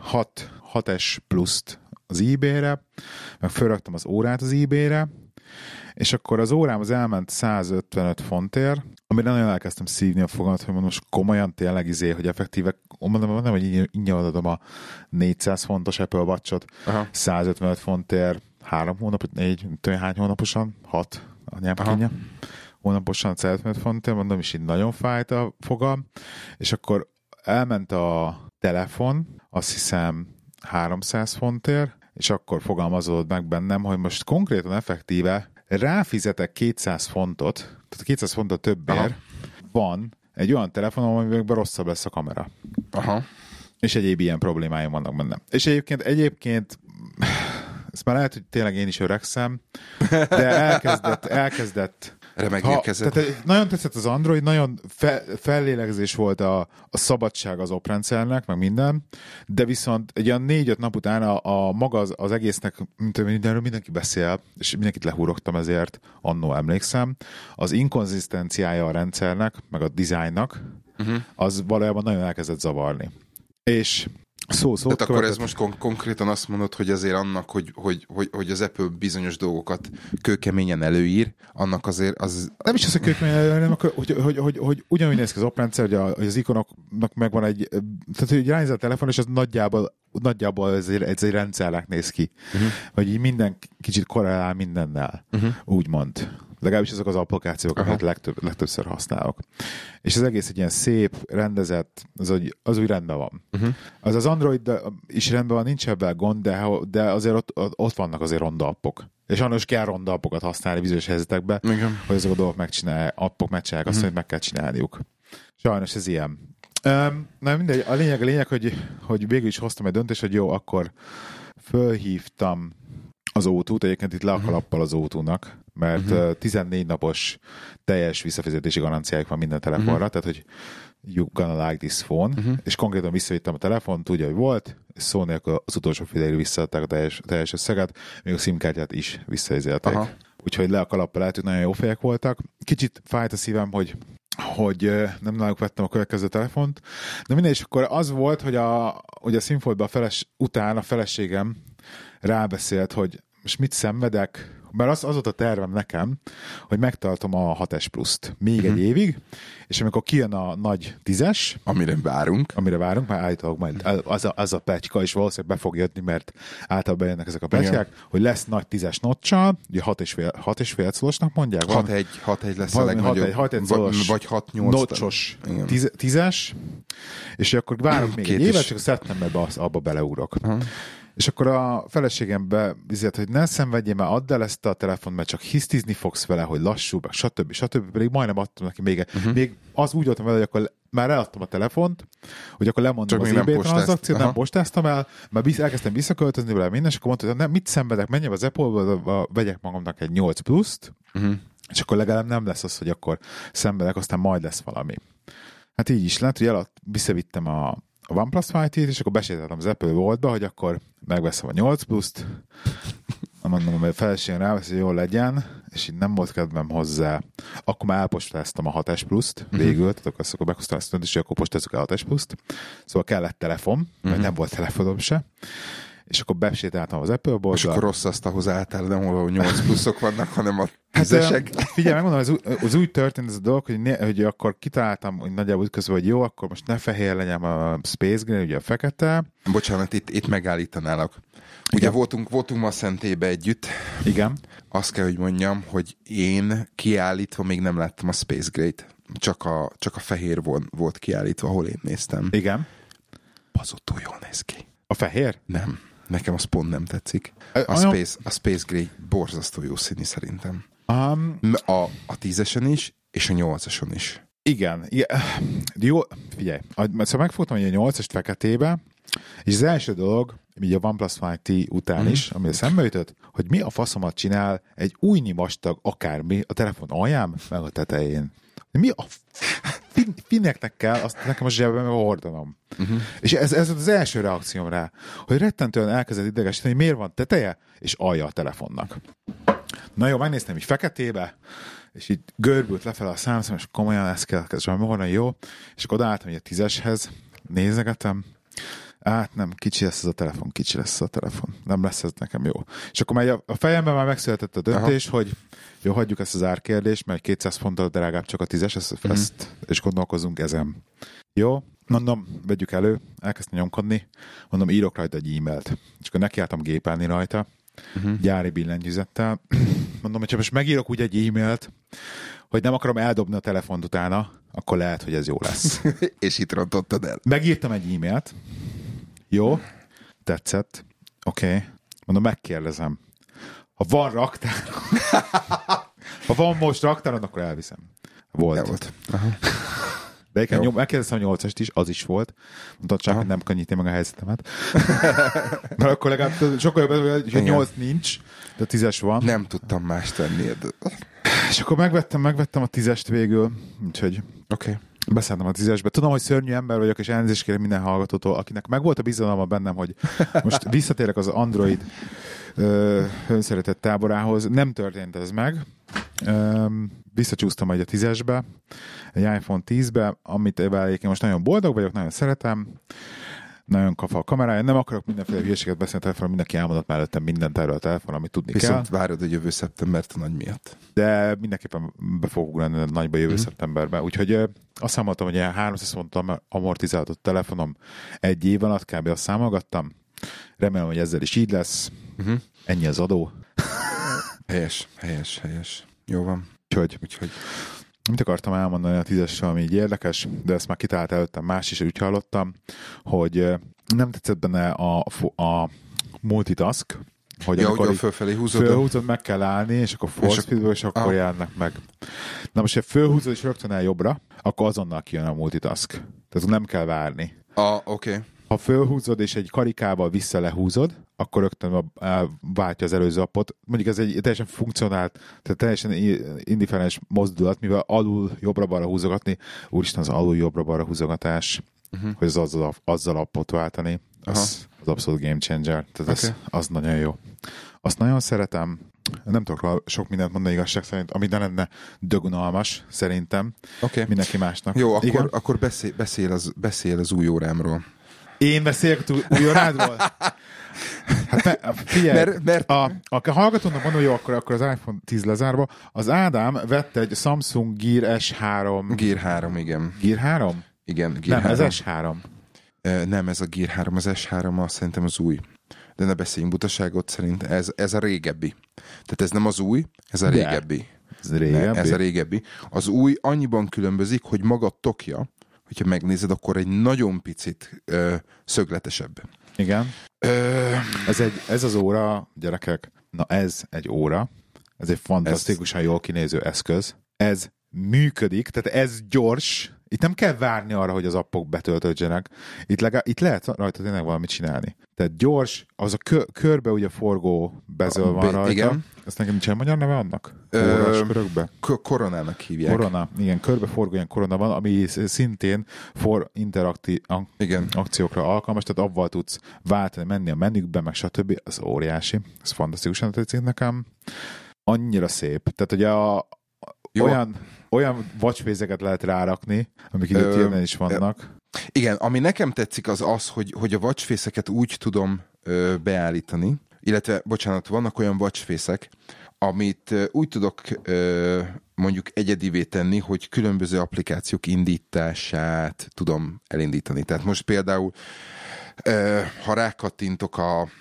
6S Plus-t az eBay-re, meg felraktam az órát az eBay-re, és akkor az órám az elment 155 fontért, amire nagyon elkezdtem szívni a fogamat, hogy most komolyan tényleg hogy effektíve, mondom, hogy ingyen adom a 400 fontos Apple Watch-ot, 155 fontért 3 hónapot, 4, hány hónaposan, 6, anyám kínja. Hónaposan 155 fontért, mondom, és így nagyon fájt a fogam, és akkor elment a telefon, azt hiszem 300 fontért, és akkor fogalmazódott meg bennem, hogy most konkrétan effektíve ráfizetek 200 fontot, tehát 200 fontot többért van egy olyan telefonom, amiben rosszabb lesz a kamera. És egyéb ilyen problémáim vannak benne. És egyébként ezt már lehet, hogy tényleg én is öregszem, de elkezdett tehát nagyon tetszett az Android, nagyon fellélegzés volt a szabadság az oprendszernek, meg minden, de viszont egy olyan 4-5 nap után a maga az egésznek, mindenről mindenki beszél, és mindenkit lehúrogtam ezért, annó emlékszem, az inkonzisztenciája a rendszernek, meg a dizájnnak, az valójában nagyon elkezdett zavarni. És tehát akkor ez most konkrétan azt mondod, hogy azért annak, hogy az Apple bizonyos dolgokat kőkeményen előír, annak azért az... Nem is az, hogy kőkeményen előír, hanem hogy ugyanúgy néz ki az oprendszer, hogy az ikonoknak megvan egy... Tehát, hogy ránézel a telefon, és az nagyjából ez egy rendszernek néz ki. Hogy így minden kicsit korrelál mindennel. Úgymond. Legalábbis azok az applikációk, amiket legtöbbször használok. És az egész egy ilyen szép, rendezett, az úgy rendben van. Az Android is rendben van, nincs ebben gond, de azért ott vannak azért ronda appok. És sajnos kell ronda appokat használni bizonyos helyzetekben, hogy azok a dolgok appok megcsinálják azt, hogy meg kell csinálniuk. Sajnos ez ilyen. Na mindegy, a lényeg, hogy végül is hoztam egy döntést, hogy jó, akkor fölhívtam az O2-t, egyébként itt le a kalappal az O2-nak, mert 14 napos teljes visszafizetési garanciájuk van minden telefonra, tehát hogy you gonna like this phone, és konkrétan visszavittem a telefont, tudja, hogy volt, és szó nélkül az utolsó félig visszaadták a teljes összeget, még a SIM-kártyát is visszaizélték. Úgyhogy le a kalappal lehet, hogy nagyon jó fejek voltak. Kicsit fájt a szívem, hogy nem náluk vettem a következő telefont, de mindegy, és akkor az volt, hogy a SimFold-ban után a feleségem rábeszélt, hogy most mit szenvedek, mert az volt a tervem nekem, hogy megtartom a 6S Plus-t még egy évig, és amikor kijön a nagy 10-es, amire várunk, már állítólag majd az a pletyka, és valószínűleg be fog jönni, mert általában bejönnek ezek a pletykák, hogy lesz nagy 10-es notch-sal, ugye 6,5 szolosnak mondják. 6,1 lesz a legnagyobb, vagy 6,8 notchos 10-es, és akkor várok még egy évet, csak szeptemberben abba beleugrok. És akkor a feleségembe vizet, hogy ne szenvedjél, már add el ezt a telefont, mert csak hisztizni fogsz vele, hogy lassú, meg stb. Pedig majdnem adtam neki még az úgy voltam vele, hogy akkor már eladtam a telefont, hogy akkor lemondom az eBay tranzakciót, nem postáztam el, mert elkezdtem visszaköltözni vele minden, és akkor mondta, hogy nem, mit szenvedek, menjem az Apple-ba, vegyek magamnak egy 8 pluszt, és akkor legalább nem lesz az, hogy akkor szenvedek, aztán majd lesz valami. Hát így is lett, hogy visszavittem a OnePlus 5T-t, és akkor besétáltam az Apple Vaultba, hogy akkor megveszem a 8 pluszt, mondom, hogy a feleségem rávesz, hogy jól legyen, és így nem volt kedvem hozzá. Akkor már elpostáztam a 6S pluszt végül, tehát akkor meghoztam ezt, és akkor postázzuk el a 6S pluszt. Szóval kellett telefon, mert nem volt telefonom se. És akkor besétáltam az Apple Vaultba. És akkor rossz asztalhoz álltál, nem ahol 8 pluszok vannak, hanem a 10-esek. Hát, figyelj, megmondom, az úgy történt ez a dolog, hogy akkor kitaláltam, hogy nagyjából úgy közben, hogy jó, akkor most ne fehér legyen a Space Gray, ugye a fekete. Bocsánat, itt megállítanálak. Ugye voltunk ma Szentélybe együtt. Igen. Azt kell, hogy mondjam, hogy én kiállítva még nem láttam a Space Gray-t. Csak a fehér volt kiállítva, ahol én néztem. Igen. Bazottul jól néz ki. A fehér? Nem. Nekem az pont nem tetszik. A Space Gray borzasztó jó színi szerintem. A 10-esen is, és a 8-ason is. Igen. Jó, figyelj. Szóval megfogtam egy 8-est feketébe, és az első dolog, így a OnePlus 5T után is, ami szembe jutott, hogy mi a faszomat csinál egy újnyi vastag akármi a telefon alján, meg a tetején. Mi a finneknek kell, azt nekem a zsebben hordanom. És ez az első reakcióm rá, hogy rettentően elkezdett idegesíteni, hogy miért van teteje és alja a telefonnak. Na jó, megnéztem így feketébe, és így görbült lefelé a számszám, és komolyan ezt kell kezdeni, jó. És akkor odaálltam így a 10-eshez, nézegetem, nem, kicsi lesz ez a telefon. Nem lesz ez nekem jó. És akkor már a fejemben már megszületett a döntés, hogy jó, hagyjuk ezt az árkérdést, mert 200 fonttal drágább csak a 10-es, ezt, és gondolkozunk ezen. Jó, mondom, vegyük elő, elkezdtem nyomkodni, mondom, írok rajta egy e-mailt. És akkor nekiálltam gépelni rajta, gyári billentyűzettel. Mondom, hogy ha most megírok úgy egy e-mailt, hogy nem akarom eldobni a telefont utána, akkor lehet, hogy ez jó lesz. És itt rontottad el. Megírtam egy e-mailt. Jó, tetszett. Oké. Mondom, megkérdezem. Ha van raktár, ha van most raktáron, akkor elviszem. Volt. Aha. De megkérdeztem a 8-est is, az is volt. Mondtad csak, hogy nem könnyíti meg a helyzetemet. Mert akkor legalább sokkal jobb, hogy 8 nincs, de 10-es van. Nem tudtam más tenni. És akkor megvettem a 10-est végül, úgyhogy beszálltam a 10-esbe. Tudom, hogy szörnyű ember vagyok, és elnézést kérek minden hallgatótól, akinek megvolt a bizalma bennem, hogy most visszatérek az Android önszeretett táborához. Nem történt ez meg. Visszacsúsztam egy a 10-esbe, egy iPhone 10-be, amit én most nagyon boldog vagyok, nagyon szeretem, nagyon kafa a kamerája, nem akarok mindenféle hülyeséget beszélni a telefonon, mindenki elmondott mellettem mindent erről a telefonon, amit tudni kell. Viszont várod a jövő szeptembert a nagy miatt. De mindenképpen be fogok ugrani a nagyba jövő szeptemberben. Úgyhogy azt számoltam, hogy ilyen 300 fontot amortizáltott telefonom egy év alatt, kb. Azt számolgattam. Remélem, hogy ezzel is így lesz. Ennyi az adó. Helyes. Jó van. Úgyhogy mit akartam elmondani a 10-esről, ami így érdekes, de ezt már kitalált előttem más is, úgy hallottam, hogy nem tetszett benne a multitask, hogy amikor fölfelé húzod, meg kell állni, és akkor force feedből, és akkor járnak meg. Na most, ha fölhúzod és rögtön el jobbra, akkor azonnal kijön a multitask. Tehát nem kell várni. Oké. Ha fölhúzod és egy karikával vissza lehúzod, akkor rögtön váltja az előző appot. Mondjuk ez egy teljesen funkcionált, tehát teljesen indiferens mozdulat, mivel alul jobbra-balra húzogatni, úristen, az alul jobbra-balra húzogatás, hogy azzal appot váltani, az abszolút game changer. Tehát az nagyon jó. Azt nagyon szeretem. Nem tudok sok mindent mondani igazság szerint, ami ne lenne dögunalmas, szerintem. Mindenki másnak. Jó, akkor beszél az új órámról. Én beszélek új órádról? Hát figyelj, mert a hallgatónak mondom, jó, akkor az iPhone 10 lezárva. Az Ádám vette egy Samsung Gear S3. Gear 3, igen. Gear 3? Igen, Gear 3. Nem, ez S3. Nem, ez a Gear 3, az S3 szerintem az új. De ne beszéljünk butaságot, szerint ez a régebbi. Tehát ez nem az új, ez a régebbi. Ez a régebbi. Az új annyiban különbözik, hogy maga Tokja, hogyha megnézed, akkor egy nagyon picit szögletesebb. Igen. Ez az óra, gyerekek, na ez egy óra, ez egy fantasztikusan jól kinéző eszköz. Ez működik, tehát ez gyors, itt nem kell várni arra, hogy az appok betöltődjenek. Itt lehet rajta tényleg valamit csinálni. Tehát gyors, az a körbe ugye forgó bezel van rajta. Igen. Ezt nekem nincsen magyar neve annak? Órás körökbe? Koronának hívják. Korona, igen, körbe forgó ilyen korona van, ami szintén interaktív akciókra alkalmas, tehát avval tudsz váltani, menni a menükbe, meg stb. Az óriási. Ez fantasztikusan tetszik nekem. Annyira szép. Tehát ugye olyan watchface-eket lehet rárakni, amik itt ilyen is vannak. Igen, ami nekem tetszik az, hogy a watchface-eket úgy tudom beállítani, illetve, bocsánat, vannak olyan watchface-ek, amit úgy tudok mondjuk egyedivé tenni, hogy különböző applikációk indítását tudom elindítani. Tehát most például, ha rákattintok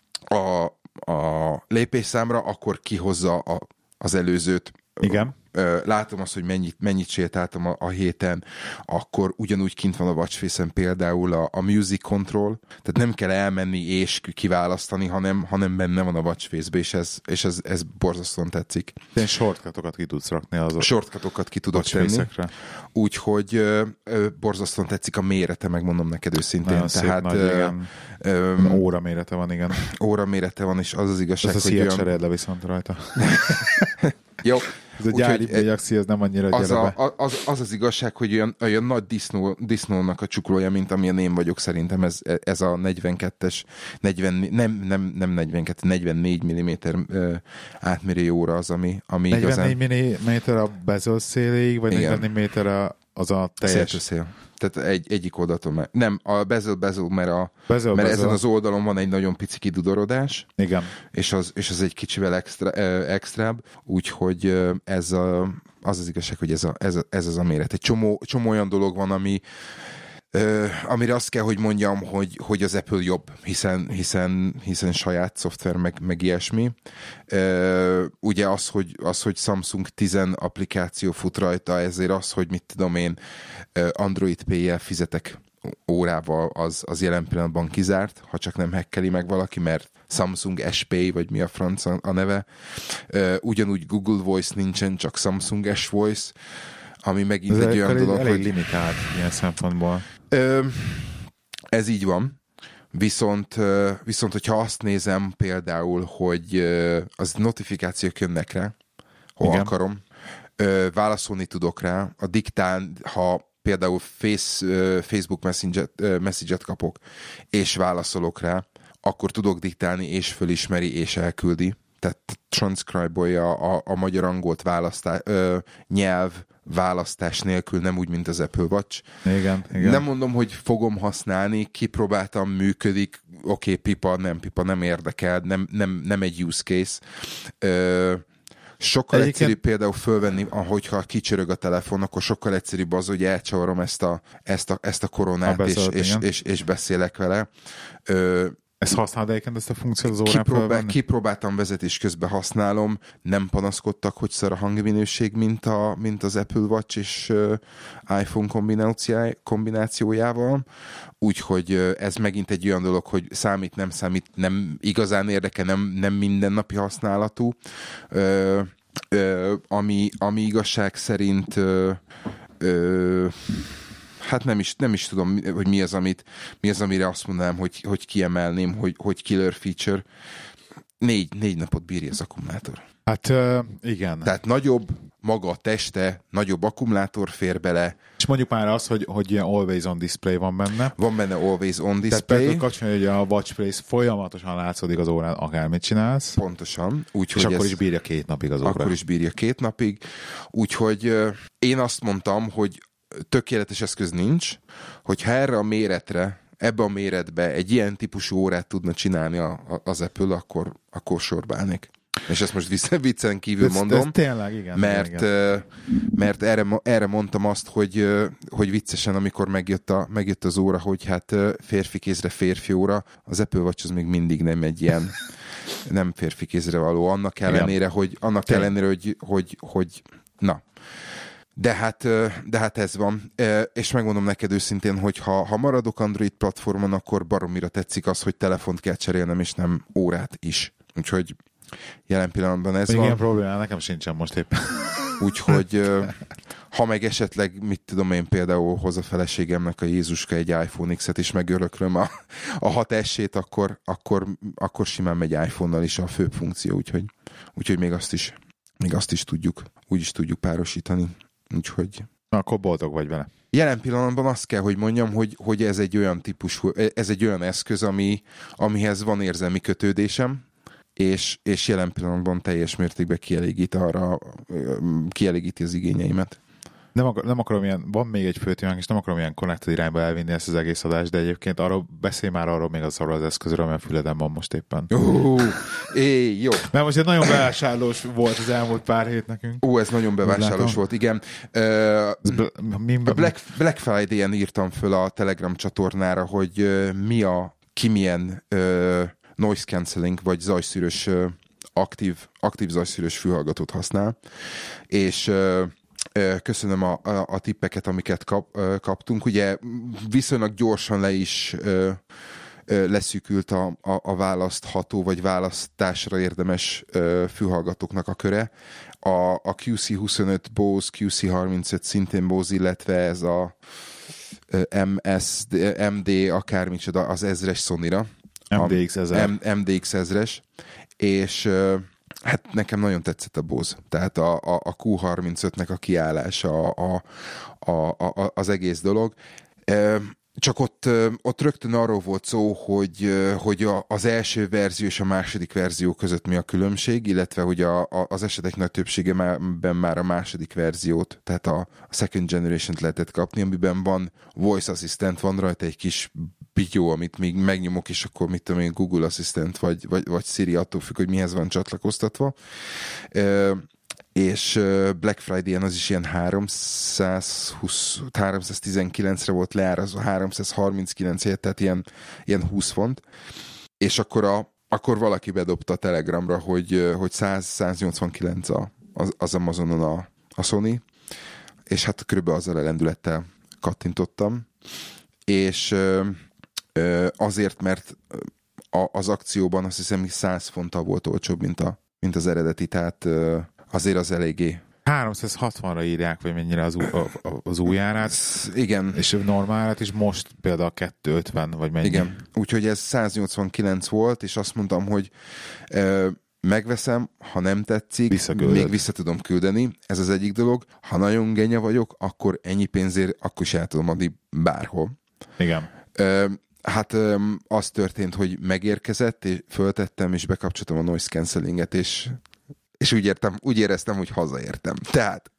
a lépésszámra, akkor kihozza az előzőt. Igen. Látom azt, hogy mennyit sétáltam a héten, akkor ugyanúgy kint van a watchface-en például a music control, tehát nem kell elmenni és kiválasztani, hanem benne van a watchface-be, és ez borzasztóan tetszik. Én shortcutokat ki tudsz rakni az shortcutokat ki tudod tenni. Úgyhogy borzasztóan tetszik a mérete, megmondom neked őszintén. Nagyon tehát nagy, óra mérete van, igen. Óra mérete van, és az igazság, hogy olyan... cseréld le viszont rajta. Jó. Ez a gyári bélyagszí, ez nem annyira az igazság, hogy olyan nagy disznónak a csuklója, mint amilyen én vagyok, szerintem ez a 42-es, nem 42, 44 mm átmérő óra az, ami 44 mm a bezel széléig, vagy 44 mm az a teljes? Szél. Tehát egyik oldaltól nem, a bezel, mert ezen az oldalon van egy nagyon pici kidudorodás. Igen. És az egy kicsivel extrább, úgyhogy az igazság, hogy ez az a méret. Egy csomó olyan dolog van, amire azt kell, hogy mondjam, hogy az Apple jobb, hiszen saját szoftver, meg ilyesmi. Ugye az, hogy Samsung 10 applikáció fut rajta, ezért az, hogy mit tudom én, Android Pay-jel fizetek órával, az jelen pillanatban kizárt, ha csak nem hackeli meg valaki, mert Samsung S-Pay, vagy mi a franc a neve. Ugyanúgy Google Voice nincsen, csak Samsung S-Voice, ami megint egy olyan dolog, elég hogy... limitált ilyen szempontból. Ez így van. Viszont, hogyha azt nézem például, hogy az notifikációk jönnek rá, ha akarom, válaszolni tudok rá, a diktál, ha például Facebook message-et kapok, és válaszolok rá, akkor tudok diktálni, és fölismeri, és elküldi. Tehát transcribe-olja a magyar-angolt nyelv választás nélkül, nem úgy, mint az Apple Watch. Igen. Nem mondom, hogy fogom használni, kipróbáltam, működik, oké, pipa, nem érdekel, nem egy use case. Sokkal egyszerűbb például fölvenni, hogyha kicsörög a telefon, akkor sokkal egyszerűbb az, hogy elcsavarom ezt a koronát, és beszélek vele. Ezt használod egyébként, ezt a funkciót az órán Kipróbáltam, vezetés közben használom, nem panaszkodtak, hogy szar a hangminőség, mint az Apple Watch és iPhone kombinációjával, úgyhogy ez megint egy olyan dolog, hogy számít, nem igazán érdekel, nem mindennapi használatú, ami igazság szerint hát nem is tudom, hogy mi az, amire azt mondanám, hogy kiemelném, hogy killer feature. 4 napot bírja az akkumulátor. Hát igen. Tehát nagyobb maga a teste, nagyobb akkumulátor fér bele. És mondjuk már az, hogy ilyen always on display van benne. Van benne always on display. Tehát például kapcsolni, hogy a watch face folyamatosan látszódik az órán, akármit csinálsz. Pontosan. És akkor is bírja 2 napig az óra. Akkor is bírja 2 napig. Úgyhogy én azt mondtam, hogy tökéletes eszköz nincs, hogyha erre a méretre, ebbe a méretbe egy ilyen típusú órát tudna csinálni az Apple, akkor sorba állnék. És ezt most viccen kívül mondom. Ez tényleg, igen. Mert erre mondtam azt, hogy viccesen, amikor megjött az óra, hogy hát férfi kézre férfi óra, az Apple Watch az még mindig nem egy ilyen nem férfi kézre való. Annak ellenére, hogy na. De hát ez van. És megmondom neked őszintén, hogy ha maradok Android platformon, akkor baromira tetszik az, hogy telefont kell cserélnem, és nem órát is. Úgyhogy jelen pillanatban ez van. Igen, probléma, nekem sincsen most éppen. Úgyhogy ha meg esetleg, mit tudom én, például hoz a feleségemnek a Jézuska egy iPhone X-et, és megöröklöm a 6S-ét, akkor simán megy iPhone-nal is a főbb funkció, úgyhogy még azt is tudjuk, úgy is tudjuk párosítani. Úgyhogy... Na, akkor boldog vagy vele. Jelen pillanatban azt kell, hogy mondjam, hogy ez egy olyan típusú, ez egy olyan eszköz, amihez van érzelmi kötődésem, és jelen pillanatban teljes mértékben kielégíti az igényeimet. Nem akarom ilyen, van még egy fő témánk, és nem akarom ilyen connected irányba elvinni ezt az egész adást, de egyébként beszélj már arról még az eszközről, ami a füleden van most éppen. Jó. Mert most egy nagyon bevásárlós volt az elmúlt pár hét nekünk. Ez nagyon bevásárlós volt, igen. Black Friday-en írtam föl a Telegram csatornára, hogy ki milyen noise cancelling, vagy zajszűrös, aktív zajszűrös fülhallgatót használ, és köszönöm a tippeket, amiket kaptunk. Ugye viszonylag gyorsan le is leszűkült a választható, vagy választásra érdemes fülhallgatóknak a köre. A QC25 Bose, QC35 szintén Bose, illetve ez a MD akármicsoda, az 1000-es Sony-ra. MDX 1000. MDX 1000-es, és hát nekem nagyon tetszett a Bose. Tehát a Q35-nek a kiállása, az egész dolog. Csak ott rögtön arról volt szó, hogy az első verzió és a második verzió között mi a különbség, illetve hogy az esetek nagy többségében már a második verziót, tehát a second generation-t lehetett kapni, amiben van voice assistant, van rajta egy kis pityó, amit még megnyomok, és akkor mit tudom én, Google Assistant, vagy Siri, attól függ, hogy mihez van csatlakoztatva. És Black Friday-en az is ilyen 319-re volt leárazva, 339 helyett, tehát ilyen 20 font. És akkor valaki bedobta a Telegramra, hogy 189 az Amazonon a Sony, és hát körülbelül azzal a lendülettel kattintottam. És azért, mert az akcióban azt hiszem, hogy 100 fonttal volt olcsóbb, mint az eredeti, tehát azért az eléggé. 360-ra írják, vagy mennyire az új árát. Igen. És a normálát is most például 250, vagy mennyi. Igen. Úgyhogy ez 189 volt, és azt mondtam, hogy megveszem, ha nem tetszik, még vissza tudom küldeni. Ez az egyik dolog. Ha nagyon genya vagyok, akkor ennyi pénzért akkor is el tudom adni bárhol. Igen. Hát az történt, hogy megérkezett, és föltettem, és bekapcsoltam a noise cancellinget, és úgy éreztem, hogy hazaértem. Tehát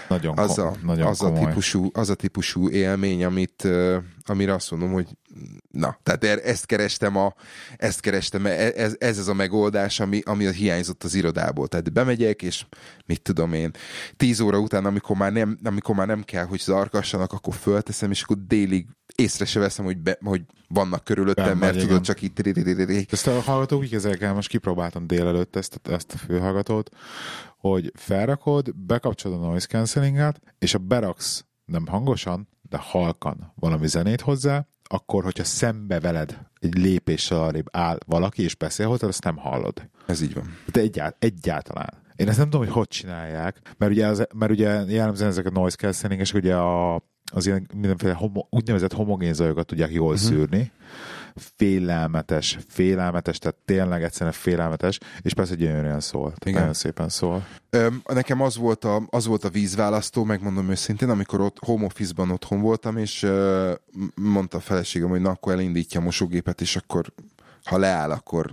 az a típusú élmény, amire azt mondom, hogy na, tehát ezt kerestem, ez az a megoldás, ami hiányzott az irodából. Tehát bemegyek, és mit tudom én, 10 óra után, amikor már nem kell, hogy zarkassanak, akkor fölteszem, és akkor délig észre se veszem, hogy vannak körülöttem, mert tudod, csak itt... Ezt a hallgatók így kezelik el, most kipróbáltam délelőtt ezt a fülhallgatót, hogy felrakod, bekapcsolod a noise cancellinget, és ha beraksz nem hangosan, de halkan valami zenét hozzá, akkor, hogyha szembe veled egy lépéssel arrébb áll valaki, és beszél hozzá, azt nem hallod. Ez így van. De egyáltalán. Én ezt nem tudom, hogy csinálják, mert ugye jellemzően ezek a noise cancelling-esek ugye az ilyen mindenféle úgynevezett homogén zajokat tudják jól szűrni. Félelmetes, tehát tényleg egyszerűen félelmetes, és persze gyönyörűen szól. Nagyon szépen szól. Nekem az volt a vízválasztó, megmondom őszintén, amikor home office-ban otthon voltam, és mondta a feleségem, hogy na, akkor elindítja a mosógépet, és akkor ha leáll, akkor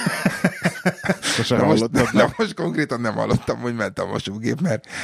most konkrétan nem hallottam, hogy ment a mosógép,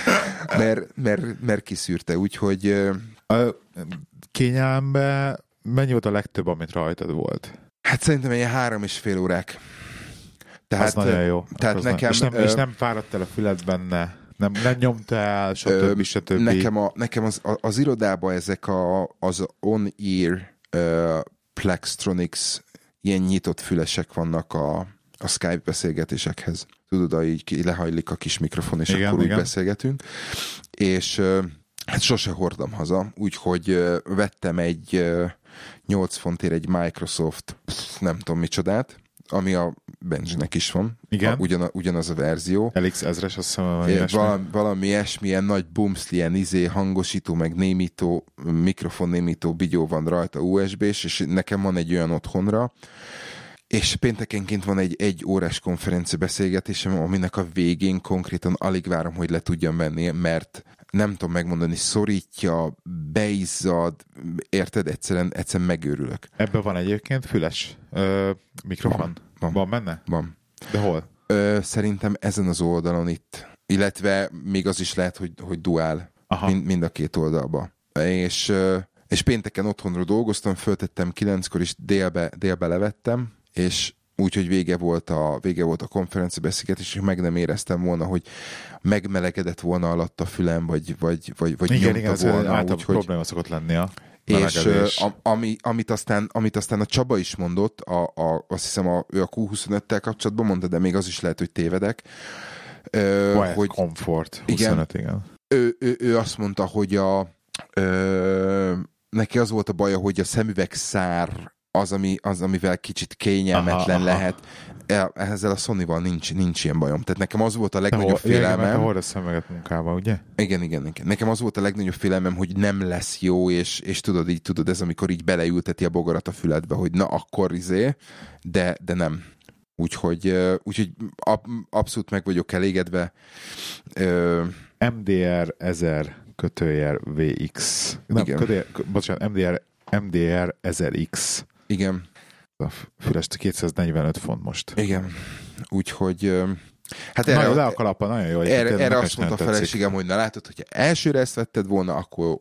mert kiszűrte, úgyhogy kényelemben mennyi volt a legtöbb, amit rajtad volt? Hát szerintem ilyen 3,5 órák. Tehát, az nagyon jó. Tehát nekem, és nem fáradt el a füled benne? Nem nyomtál, stb. Nekem az irodában ezek az on-ear Plextronics ilyen nyitott fülesek vannak a Skype beszélgetésekhez. Tudod, így lehajlik a kis mikrofon, és igen, akkor úgy beszélgetünk. És Hát sose hordom haza, úgyhogy vettem egy 8 fontért egy Microsoft, nem tudom micsodát, ami a Benjinek is van. Igen. Ugyanaz a verzió. LX 1000-es, azt hiszem, valami ilyesmi, ilyen nagy bumszli, ilyen hangosító, meg némító, mikrofonnémító bigyó van rajta USB-s, és nekem van egy olyan otthonra, és péntekenként van egy 1 órás konferencia beszélgetésem, aminek a végén konkrétan alig várom, hogy le tudjam venni, mert nem tudom megmondani, szorítja, beizzad, érted? Egyszerűen megőrülök. Ebben van egyébként füles mikrofon? Van benne? Van. De hol? Szerintem ezen az oldalon itt. Illetve még az is lehet, hogy duál. Mind a két oldalba. És pénteken otthonról dolgoztam, föltettem 9-kor, és délbe levettem, és úgyhogy vége volt a konferencia beszélgetés, és meg nem éreztem volna, hogy megmelegedett volna alatt a fülem, vagy igen, nyomta volna. Általában probléma szokott lenni a melegedés. És amit aztán a Csaba is mondott, azt hiszem ő a Q25-tel kapcsolatban mondta, de még az is lehet, hogy tévedek. Hogy Comfort 25, igen. Ő azt mondta, hogy neki az volt a baja, hogy a szemüveg szár az, amivel kicsit kényelmetlen lehet. Ezzel a Sony-val nincs ilyen bajom. Tehát nekem az volt a legnagyobb félelmem. Igen, hordasz szemüveget munkába, ugye? Igen. Nekem az volt a legnagyobb félelmem, hogy nem lesz jó, és tudod, ez amikor így beleülteti a bogarat a füledbe, hogy na akkor de nem. Úgyhogy abszolút meg vagyok elégedve. MDR 1000 VX. Nem, bocsánat, MDR 1000X. Igen. A füles 245 font most. Igen. Úgyhogy... Hát nagyon le a kalappa, nagyon jó. Erre azt mondta a feleségem, hogy na látod, hogyha elsőre ezt vetted volna, akkor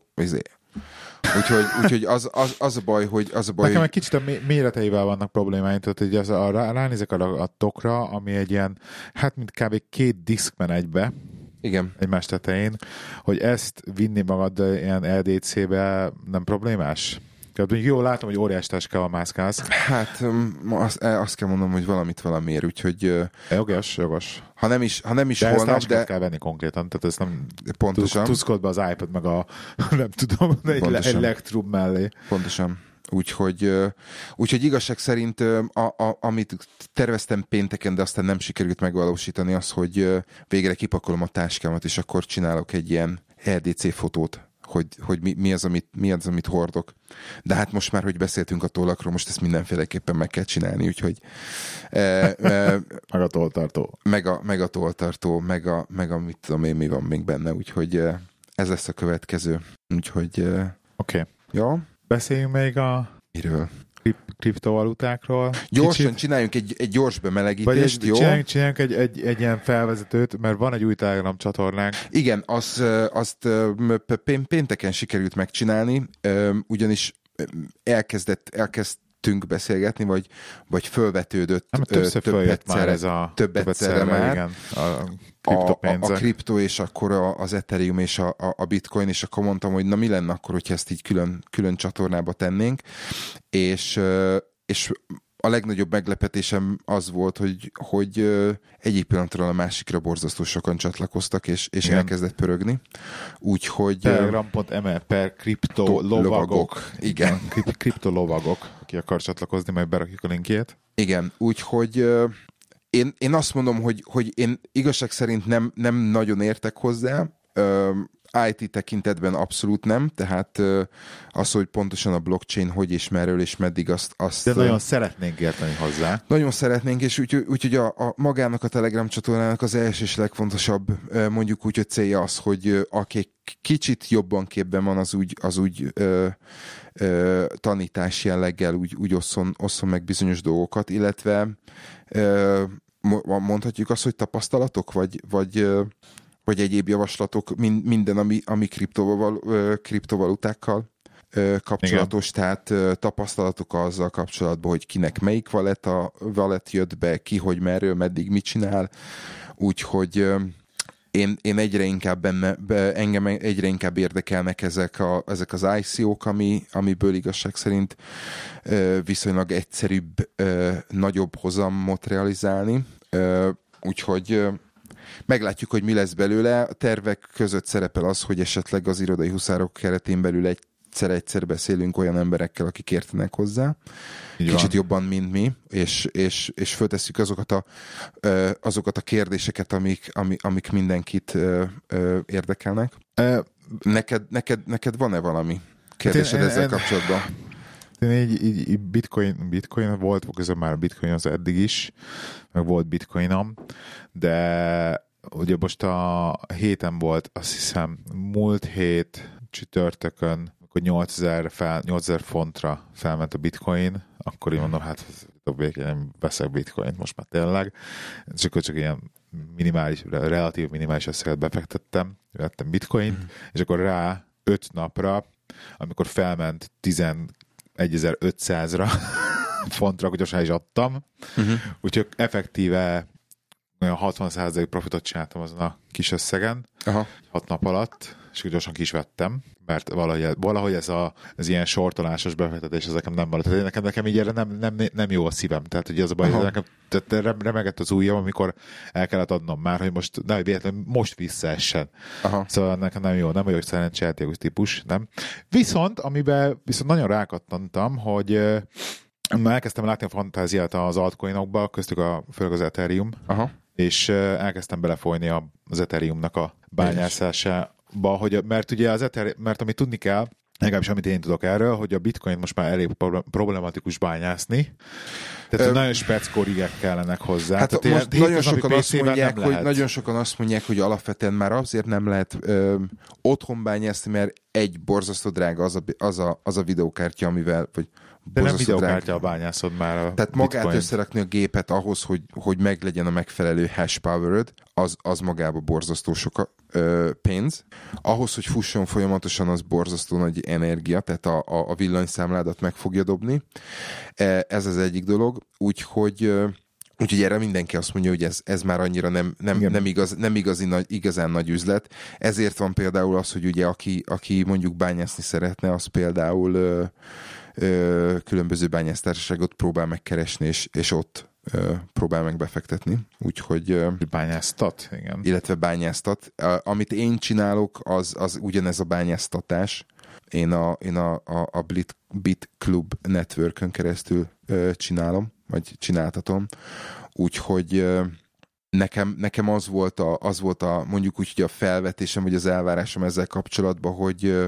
úgyhogy az a baj, hogy... Nekem egy kicsit a méreteivel vannak problémáim, tehát hogy ránézek a tokra, ami egy ilyen, hát mint kb. 2 diszkmen egybe, igen. Egymás tetején, hogy ezt vinni magad ilyen LDC-be nem problémás? Tehát jól látom, hogy óriás táskával mászkálsz. Hát azt kell mondom, hogy valamiért, úgyhogy... Jogos. Ha nem is de holnap, de... kell venni konkrétan, tehát ez nem... Pontosan. Tuszkold be az iPad, meg nem tudom, egy Lectrum mellé. Pontosan. Úgyhogy igazság szerint, amit terveztem pénteken, de aztán nem sikerült megvalósítani, az, hogy végre kipakolom a táskámat, és akkor csinálok egy ilyen RDC fotót, hogy mi az, amit hordok. De hát most már, hogy beszéltünk a tollakról, most ezt mindenféleképpen meg kell csinálni, úgyhogy... meg a tolltartó. Meg a tolltartó, meg a mit tudom én, mi van még benne, úgyhogy ez lesz a következő. Úgyhogy... Oké. Jó? Beszéljünk még a... Miről? Kriptovalutákról. Gyorsan csináljunk egy gyors bemelegítést, jó? Csináljunk egy ilyen felvezetőt, mert van egy új Telegram csatornánk. Igen, azt pénteken sikerült megcsinálni, ugyanis elkezdtünk beszélgetni, vagy fölvetődött több egyszerre már. Igen, a kriptó, és akkor az Ethereum és a Bitcoin, és akkor mondtam, hogy na mi lenne akkor, hogyha ezt így külön csatornába tennénk, és a legnagyobb meglepetésem az volt, hogy egyik pillanatról a másikra borzasztó sokan csatlakoztak, és elkezdett pörögni. Úgyhogy... Telegram.me kriptolovagok. Igen. Kriptolovagok. Aki akar csatlakozni, majd berakjuk a linkjét. Igen, úgyhogy... Én azt mondom, hogy én igazság szerint nem nagyon értek hozzá, IT tekintetben abszolút nem, tehát az, hogy pontosan a blockchain hogy és merről és meddig azt... De nagyon szeretnénk érteni hozzá. Nagyon szeretnénk, és úgyhogy a magának a Telegram csatornának az első és legfontosabb, mondjuk úgy, hogy célja az, hogy aki kicsit jobban képben van, az úgy tanítás jelleggel úgy osszon meg bizonyos dolgokat, illetve mondhatjuk azt, hogy tapasztalatok, vagy egyéb javaslatok, minden, ami kriptovalutákkal kapcsolatos, igen. Tehát tapasztalatok azzal kapcsolatban, hogy kinek melyik wallet jött be, ki, hogy merről, meddig mit csinál, úgyhogy én egyre inkább engem egyre inkább érdekelnek ezek az ICO-k, amiből igazság szerint viszonylag egyszerűbb, nagyobb hozamot realizálni, úgyhogy meglátjuk, hogy mi lesz belőle. A tervek között szerepel az, hogy esetleg az irodai huszárok keretén belül egyszer beszélünk olyan emberekkel, akik értenek hozzá. Kicsit jobban, mint mi, és föltesszük azokat a kérdéseket, amik mindenkit érdekelnek. Neked van-e valami kérdésed ezzel kapcsolatban? Így bitcoin volt közben már a bitcoin az eddig is, meg volt bitcoinom, de ugye most a héten volt, azt hiszem múlt hét csütörtökön, akkor 8000 fontra felment a bitcoin, akkor én mondom, hát nem veszek bitcoint most már tényleg, csak ilyen relatív minimális összeget befektettem, vettem bitcoint, és akkor rá 5 napra, amikor felment 11.500-ra fontra, akkor gyorsan is adtam, úgyhogy effektíve olyan 60% profitot csináltam azon a kis összegen, 6 nap alatt, és gyorsan ki is vettem, mert valahogy ez ilyen sortolásos befektetés, ez nekem nem maradt. Nekem így erre nem jó a szívem. Tehát ugye az a baj, hogy nekem remegett az ujjam, amikor el kellett adnom már, hogy most visszaessen. Szóval nekem nem jó, nem vagyok szerencsejátékos típus, nem. Viszont nagyon rákattantam, hogy elkezdtem látni a fantáziát az altcoinokba, köztük főleg az Ethereum, és elkezdtem belefolyni az Ethereumnak a bányászásába, mert ugye mert amit tudni kell, legalábbis amit én tudok erről, hogy a bitcoin most már elég problematikus bányászni, tehát nagyon speckó rigek kellenek hozzá. Hát most nagyon sokan azt mondják, hogy alapvetően már azért nem lehet otthon bányászni, mert egy borzasztó drága az a videókártya, amivel, vagy de nem videókártya a bányászod már a tehát magát Bitcoin. Összerakni a gépet ahhoz, hogy meglegyen a megfelelő hash powered, az magába borzasztó sok pénz. Ahhoz, hogy fusson folyamatosan, az borzasztó nagy energia, tehát a villanyszámládat meg fogja dobni. Ez az egyik dolog. Úgyhogy erre mindenki azt mondja, hogy ez már annyira nem igazán nagy üzlet. Ezért van például az, hogy ugye aki mondjuk bányászni szeretne, az például különböző bányásztársaságot próbál megkeresni, és ott próbál meg befektetni. Úgyhogy... Bányáztat, igen. Illetve bányáztat. Amit én csinálok, az ugyanez a bányáztatás. Én a Bit Club Networkön keresztül csinálom, vagy csináltatom. Úgyhogy nekem az volt a mondjuk úgy, hogy a felvetésem, vagy az elvárásom ezzel kapcsolatban, hogy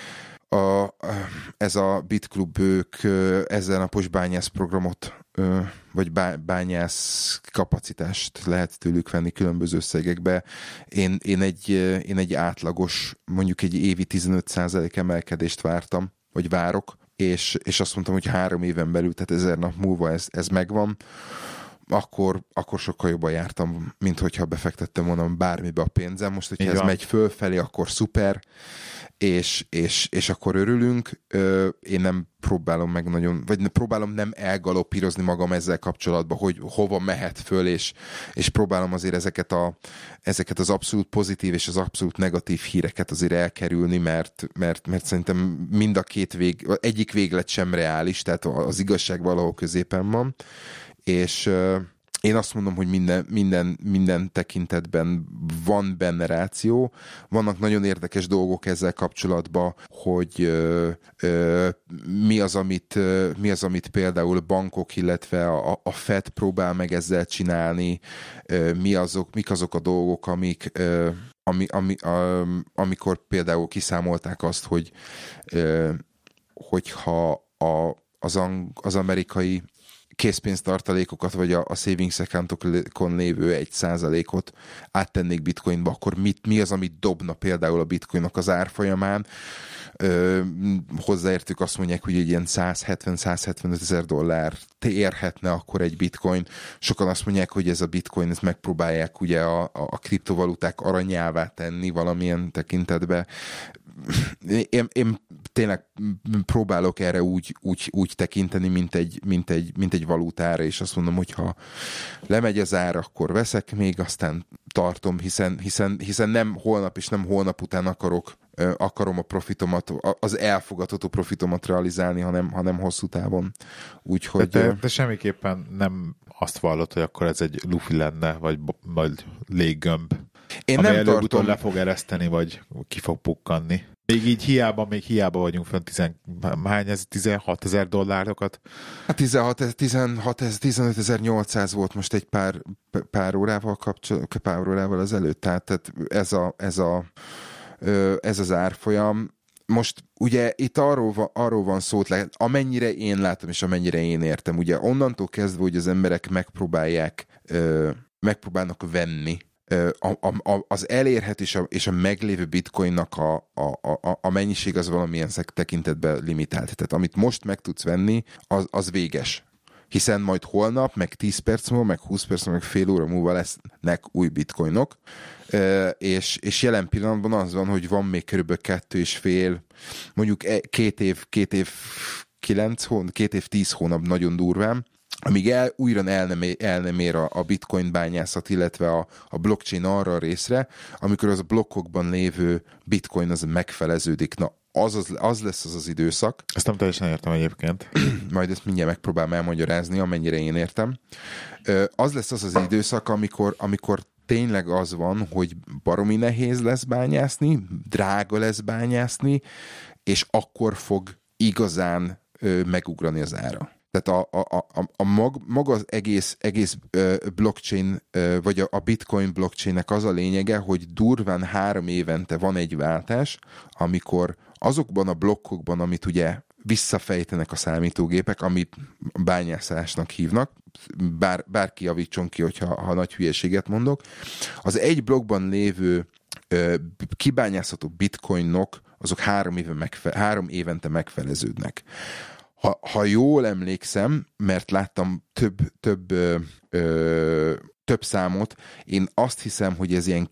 ez a BitClub, ők ezzel napos bányászprogramot, vagy bányász kapacitást lehet tőlük venni különböző összegekbe. Én egy átlagos, mondjuk egy évi 15% emelkedést vártam, vagy várok, és azt mondtam, hogy 3 éven belül, tehát 1000 nap múlva ez megvan, akkor sokkal jobban jártam, mint hogyha befektettem volna bármibe a pénzem. Most, hogyha ez megy fölfelé, akkor szuper, és akkor örülünk. Én nem próbálom meg nagyon, vagy próbálom nem elgalopírozni magam ezzel kapcsolatban, hogy hova mehet föl, és próbálom azért ezeket az abszolút pozitív és az abszolút negatív híreket azért elkerülni, mert szerintem mind a egyik véglet sem reális, tehát az igazság valahol középen van, és én azt mondom, hogy minden tekintetben van benne ráció. Vannak nagyon érdekes dolgok ezzel kapcsolatban, hogy mi az, amit például bankok, illetve a Fed próbál meg ezzel csinálni, mik azok a dolgok, amikor például kiszámolták azt, hogyha az amerikai készpénztartalékokat, vagy a savings accountokon lévő 1%-ot áttennék bitcoinba, akkor mi az, amit dobna például a bitcoinnak az árfolyamán? Hozzáértük azt mondják, hogy egy ilyen 170-175 ezer dollár érhetne akkor egy bitcoin. Sokan azt mondják, hogy ez a bitcoin, ezt megpróbálják ugye a kriptovaluták aranyává tenni valamilyen tekintetbe. Én tényleg próbálok erre úgy tekinteni, mint egy valutára, és azt mondom, hogy ha lemegy az ár, akkor veszek még, aztán tartom, hiszen nem holnap és nem holnap után akarok akarom a profitomat, az elfogadható profitomat realizálni, hanem hosszú távon. Úgyhogy... De semmiképpen nem azt vallod, hogy akkor ez egy lufi lenne, vagy léggömb. Én ami nem előbb-utóbb tartom... le fog ereszteni, vagy ki fog pukkanni. Még így hiába vagyunk fönn 16 000 dollárokat. Hát 15.800 volt most egy pár órával ezelőtt, tehát ez az árfolyam. Most ugye itt arról van szó, amennyire én látom, és amennyire én értem, ugye onnantól kezdve, hogy az emberek megpróbálnak venni az elérhet és a meglévő bitcoinnak a mennyiség az valamilyen tekintetben limitált. Tehát amit most meg tudsz venni, az véges. Hiszen majd holnap, meg 10 perc múlva, meg 20 perc múlva, meg fél óra múlva lesznek új bitcoinok, és jelen pillanatban az van, hogy van még körülbelül 2,5, mondjuk 2 év 10 hónap nagyon durván, amíg újra el nem ér a bitcoin bányászat, illetve a blockchain arra a részre, amikor az a blokkokban lévő bitcoin az megfeleződik. Na, az lesz az időszak. Ezt nem teljesen értem egyébként. Majd ezt mindjárt megpróbálom elmagyarázni, amennyire én értem. Az lesz az időszak, amikor tényleg az van, hogy baromi nehéz lesz bányászni, drága lesz bányászni, és akkor fog igazán megugrani az ára. Tehát maga az egész blockchain, vagy a bitcoin blockchainnek az a lényege, hogy durván 3 évente van egy váltás, amikor azokban a blokkokban, amit ugye visszafejtenek a számítógépek, amit bányászásnak hívnak, bárki javítson ki, ha nagy hülyeséget mondok, az egy blokkban lévő kibányászható bitcoinok, azok 3 évente megfeleződnek. Ha jól emlékszem, mert láttam több számot, én azt hiszem, hogy ez ilyen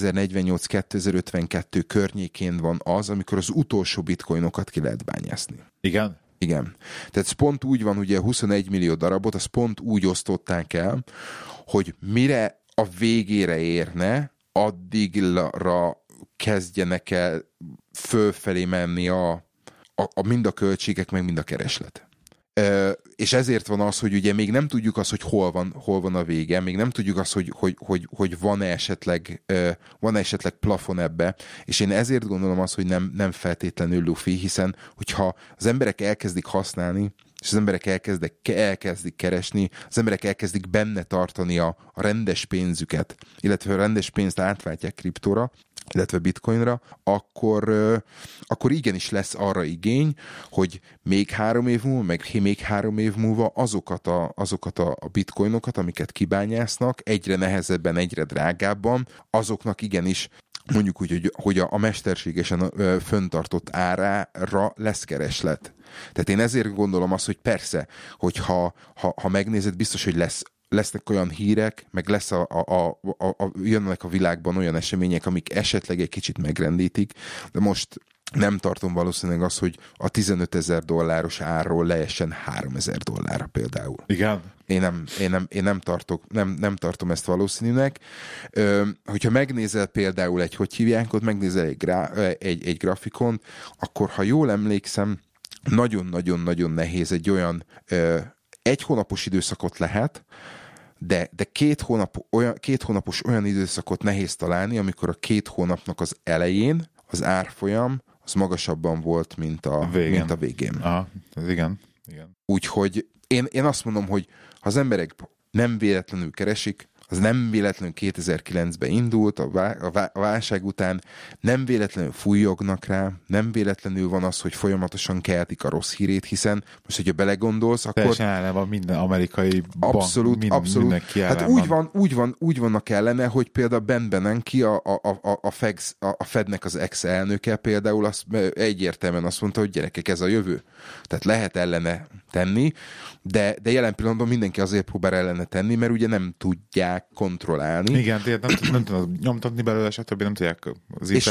2048-2052 környékén van az, amikor az utolsó bitcoinokat ki lehet bányászni. Igen? Igen. Tehát ez pont úgy van, ugye 21 millió darabot, azt pont úgy osztották el, hogy mire a végére érne, addigra kezdjenek el fölfelé menni mind a költségek, meg mind a kereslet. És ezért van az, hogy ugye még nem tudjuk azt, hogy hol van a vége, még nem tudjuk azt, hogy van-e esetleg plafon ebbe, és én ezért gondolom azt, hogy nem feltétlenül lufi, hiszen hogyha az emberek elkezdik használni, és az emberek elkezdik keresni, az emberek elkezdik benne tartani a rendes pénzüket, illetve a rendes pénzt átváltják kriptóra, illetve bitcoinra, akkor igenis lesz arra igény, hogy még 3 év múlva, meg még 3 év múlva azokat a bitcoinokat, amiket kibányásznak, egyre nehezebben, egyre drágábban, azoknak igenis mondjuk úgy, hogy a mesterségesen föntartott árára lesz kereslet. Tehát én ezért gondolom azt, hogy persze, hogy ha megnézed, biztos, hogy lesznek olyan hírek, meg lesz jönnek a világban olyan események, amik esetleg egy kicsit megrendítik, de most nem tartom valószínűleg azt, hogy a 15 000 dolláros árról leessen 3 000 dollárra például. Igen. Én nem tartom ezt valószínűnek. Hogyha megnézel például megnézel egy grafikont, akkor ha jól emlékszem, nagyon-nagyon-nagyon nehéz egy olyan 1 hónapos időszakot lehet, de 2 hónapos olyan időszakot nehéz találni, amikor a 2 hónapnak az elején az árfolyam az magasabban volt, mint a végén. Aha, ez igen. Úgyhogy én azt mondom, hogy ha az emberek nem véletlenül keresik, az nem véletlenül 2009-ben indult, a válság után nem véletlenül fújognak rá, nem véletlenül van az, hogy folyamatosan keltik a rossz hírét, hiszen most, hogyha belegondolsz, akkor... Teljesen ellen van minden amerikai bank, abszolút. mindenki ellen hát úgy vannak ellene, hogy például Ben Bernanke, a Fednek az ex-elnöke például egyértelműen azt mondta, hogy gyerekek, ez a jövő. Tehát lehet ellene tenni, de jelen pillanatban mindenki azért próbál ellene tenni, mert ugye nem tudják kontrollálni. Igen, nem tudnak nyomtatni belőle, stb. Nem tudják az és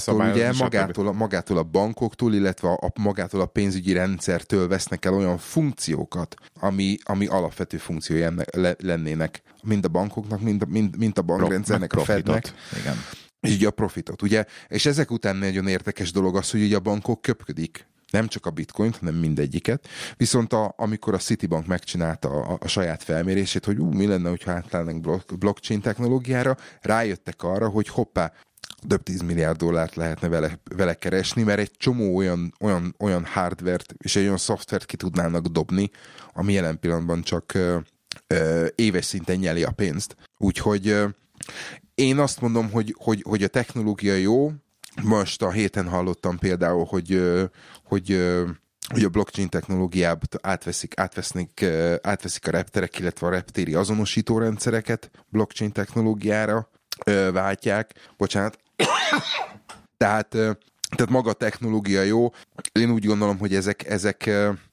magától a bankoktól, illetve magától a pénzügyi rendszertől vesznek el olyan funkciókat, ami alapvető funkciója lennének mind a bankoknak, mind a bankrendszernek, a Fednek. Igen. és ugye a profitot, ugye? És ezek után nagyon érdekes dolog az, hogy ugye a bankok köpködik. Nem csak a bitcoint, hanem mindegyiket. Viszont amikor a Citibank megcsinálta a saját felmérését, hogy mi lenne, hogyha átállnánk blockchain technológiára, rájöttek arra, hogy hoppá, több 10 milliárd dollárt lehetne vele keresni, mert egy csomó olyan hardvert és egy olyan szoftvert ki tudnának dobni, ami jelen pillanatban csak éves szinten nyeli a pénzt. Úgyhogy én azt mondom, hogy a technológia jó. Most a héten hallottam például, hogy a blockchain technológiát átveszik a repterek, illetve a reptéri azonosító rendszereket blockchain technológiára váltják. Bocsánat. Tehát maga a technológia jó. Én úgy gondolom, hogy ezek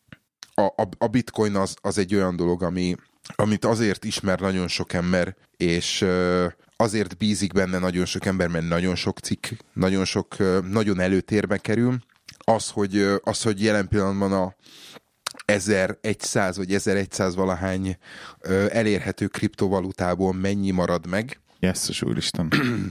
a bitcoin az egy olyan dolog, amit azért ismer nagyon sok ember, és azért bízik benne nagyon sok ember, mert nagyon sok cikk, nagyon előtérbe kerül. Az, hogy jelen pillanatban a 1100 vagy 1100 valahány elérhető kriptovalutából mennyi marad meg. Jesszus úristen.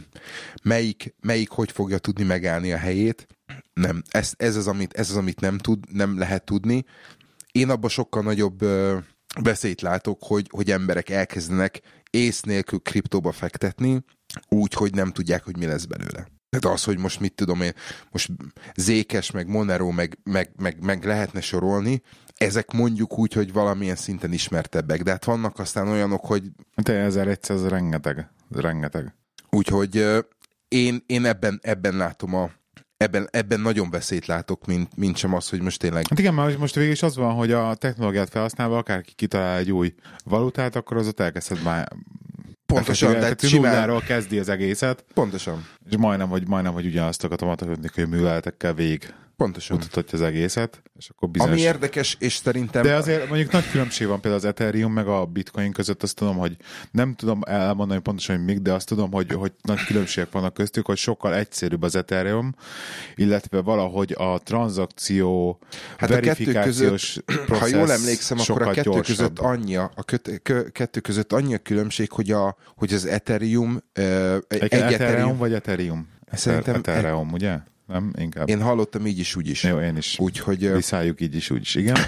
Melyik hogy fogja tudni megállni a helyét? Nem. Ez az, amit nem lehet tudni. Én abban sokkal nagyobb veszélyt látok, hogy emberek elkezdenek ész nélkül kriptóba fektetni, úgy, hogy nem tudják, hogy mi lesz belőle. Tehát az, hogy most mit tudom én, most Zékes, meg Monero, meg lehetne sorolni, ezek mondjuk úgy, hogy valamilyen szinten ismertebbek, de hát vannak aztán olyanok, hogy... Te 1100 rengeteg. Úgyhogy én ebben látom ebben nagyon veszélyt látok, mint sem az, hogy most tényleg... Hát igen, mert most végül is az van, hogy a technológiát felhasználva akárki kitalál egy új valutát, akkor az ott elkezdhet már... Pontosan, tehát nulláról kezdi az egészet. Pontosan. És majdnem, hogy ugyanazt a matematikai műveletekkel végig mutatja az egészet. És akkor bizonyos... Ami érdekes, és szerintem... De azért mondjuk nagy különbség van például az Ethereum meg a Bitcoin között, azt tudom, hogy nem tudom elmondani pontosan, hogy mik, de azt tudom, hogy nagy különbségek vannak köztük, hogy sokkal egyszerűbb az Ethereum, illetve valahogy a tranzakció verifikációs processz. Ha jól emlékszem, akkor a kettő gyorsabb. kettő között annyi a különbség, hogy az Ethereum Ethereum vagy Ethereum? Szerintem Ethereum, ugye? Nem, inkább. Én hallottam így is, úgy is. Jó, én is. Úgyhogy... Viszálljuk így is, úgy is, igen.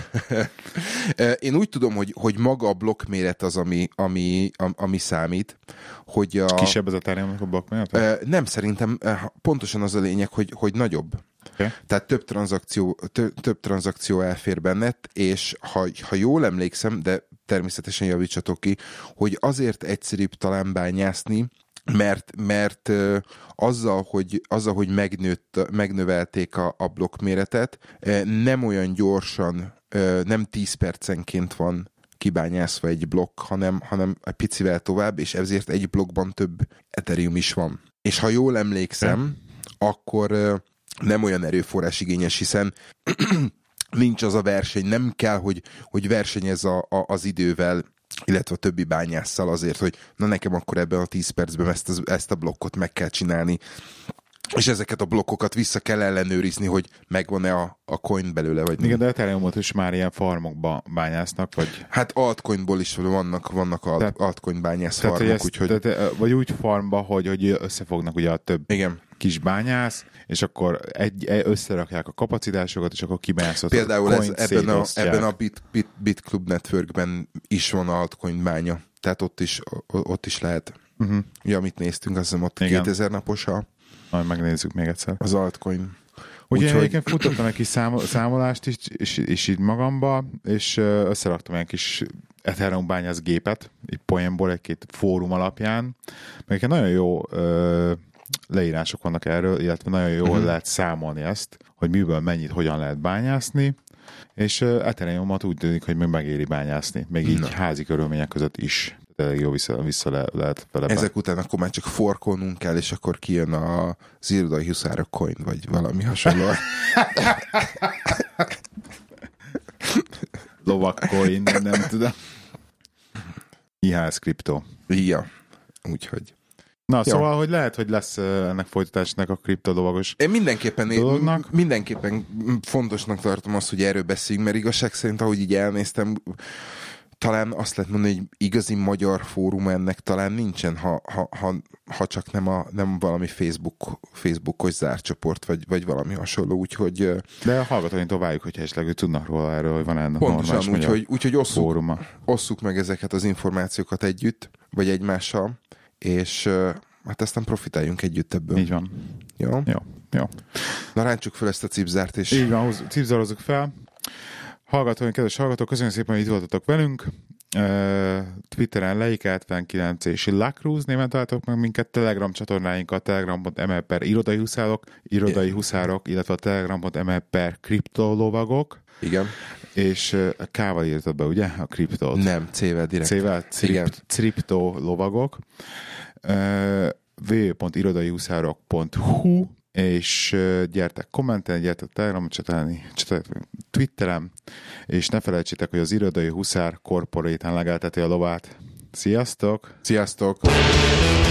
Én úgy tudom, hogy maga a blokkméret az, ami számít, hogy a... Kisebb az Ethereum a blokkméret? Nem, szerintem pontosan az a lényeg, hogy nagyobb. Okay. Tehát több tranzakció elfér benned, és ha jól emlékszem, de természetesen javítsatok ki, hogy azért egyszerűbb talán bányászni, mert azzal, hogy megnövelték a blokkméretet, nem olyan gyorsan, nem 10 percenként van kibányászva egy blokk, hanem egy picivel tovább, és ezért egy blokkban több Ethereum is van. És ha jól emlékszem, akkor nem olyan erőforrás igényes, hiszen nincs az a verseny, nem kell, hogy versenyezz az idővel, illetve a többi bányásszal azért, hogy na nekem akkor ebben a 10 percben ezt a blokkot meg kell csinálni, és ezeket a blokkokat vissza kell ellenőrizni, hogy megvan-e a coin belőle, vagy nem. Igen, de Ethereumot is már ilyen farmokba bányásznak, vagy... Hát altcoinból is vannak altcoin bányász farmok, úgyhogy... Vagy úgy farmba, hogy összefognak ugye a több kis bányász, és akkor összerakják a kapacitásokat, és akkor kibányászott. Például ebben a BitClub Networkben is van altcoin bánya, tehát ott is lehet. Ugye, amit néztünk, azt hiszem ott 2000 napos majd megnézzük még egyszer. Az altcoin. Ugye egyébként futottam egy kis számolást is így magamba, és összeraktam egy kis Ethereum bányász gépet, egy poénból, egy-két fórum alapján, meg nagyon jó leírások vannak erről, illetve nagyon jól lehet számolni ezt, hogy miből mennyit, hogyan lehet bányászni, és Ethereumot úgy tűnik, hogy még megéri bányászni, még így házi körülmények között is. Elég jó vissza lehet vele. Ezek után akkor már csak forkolnunk kell, és akkor kijön az irodai huszárok coin, vagy valami hasonló. Lovak coin, nem tudom. IHS kriptó. Ja, úgyhogy. Na, szóval, hogy lehet, hogy lesz ennek folytatásnak a kriptolovagos mindenképpen fontosnak tartom azt, hogy erről beszéljünk, mert igazság szerint, ahogy így elnéztem, talán azt lehet mondani, hogy igazi magyar fórum ennek talán nincsen, ha csak nem valami Facebookos zárcsoport, vagy valami hasonló, úgyhogy... De a hallgatóinktól várjuk, hogyha esetleg tudnak róla erről, hogy van ennek normális magyar fóruma. Osszuk meg ezeket az információkat együtt, vagy egymással, és hát aztán profitáljunk együtt ebből. Így van. Jó? Jó. Na ráncsuk fel ezt a cipzárt, és... Így van, cipzározzuk fel. Hallgatóink, kedves hallgatók, köszönjük szépen, hogy itt voltatok velünk. Twitteren Leik79 és Lacruz néven találtok meg minket, Telegram csatornáinkat, telegram.me/irodai huszárok, illetve a telegram.me kriptolovagok. Igen. És K-val írtad be, ugye? A kriptót. Nem, C-vel direkt. C-vel? Kriptolovagok. www.irodaihuszárok.hu és gyertek kommentelni, gyertek Telegramot csatornálni, Twitteren, és ne felejtsétek, hogy az Irodai Huszár Corporate-en legelteti a lovát. Sziasztok! Sziasztok!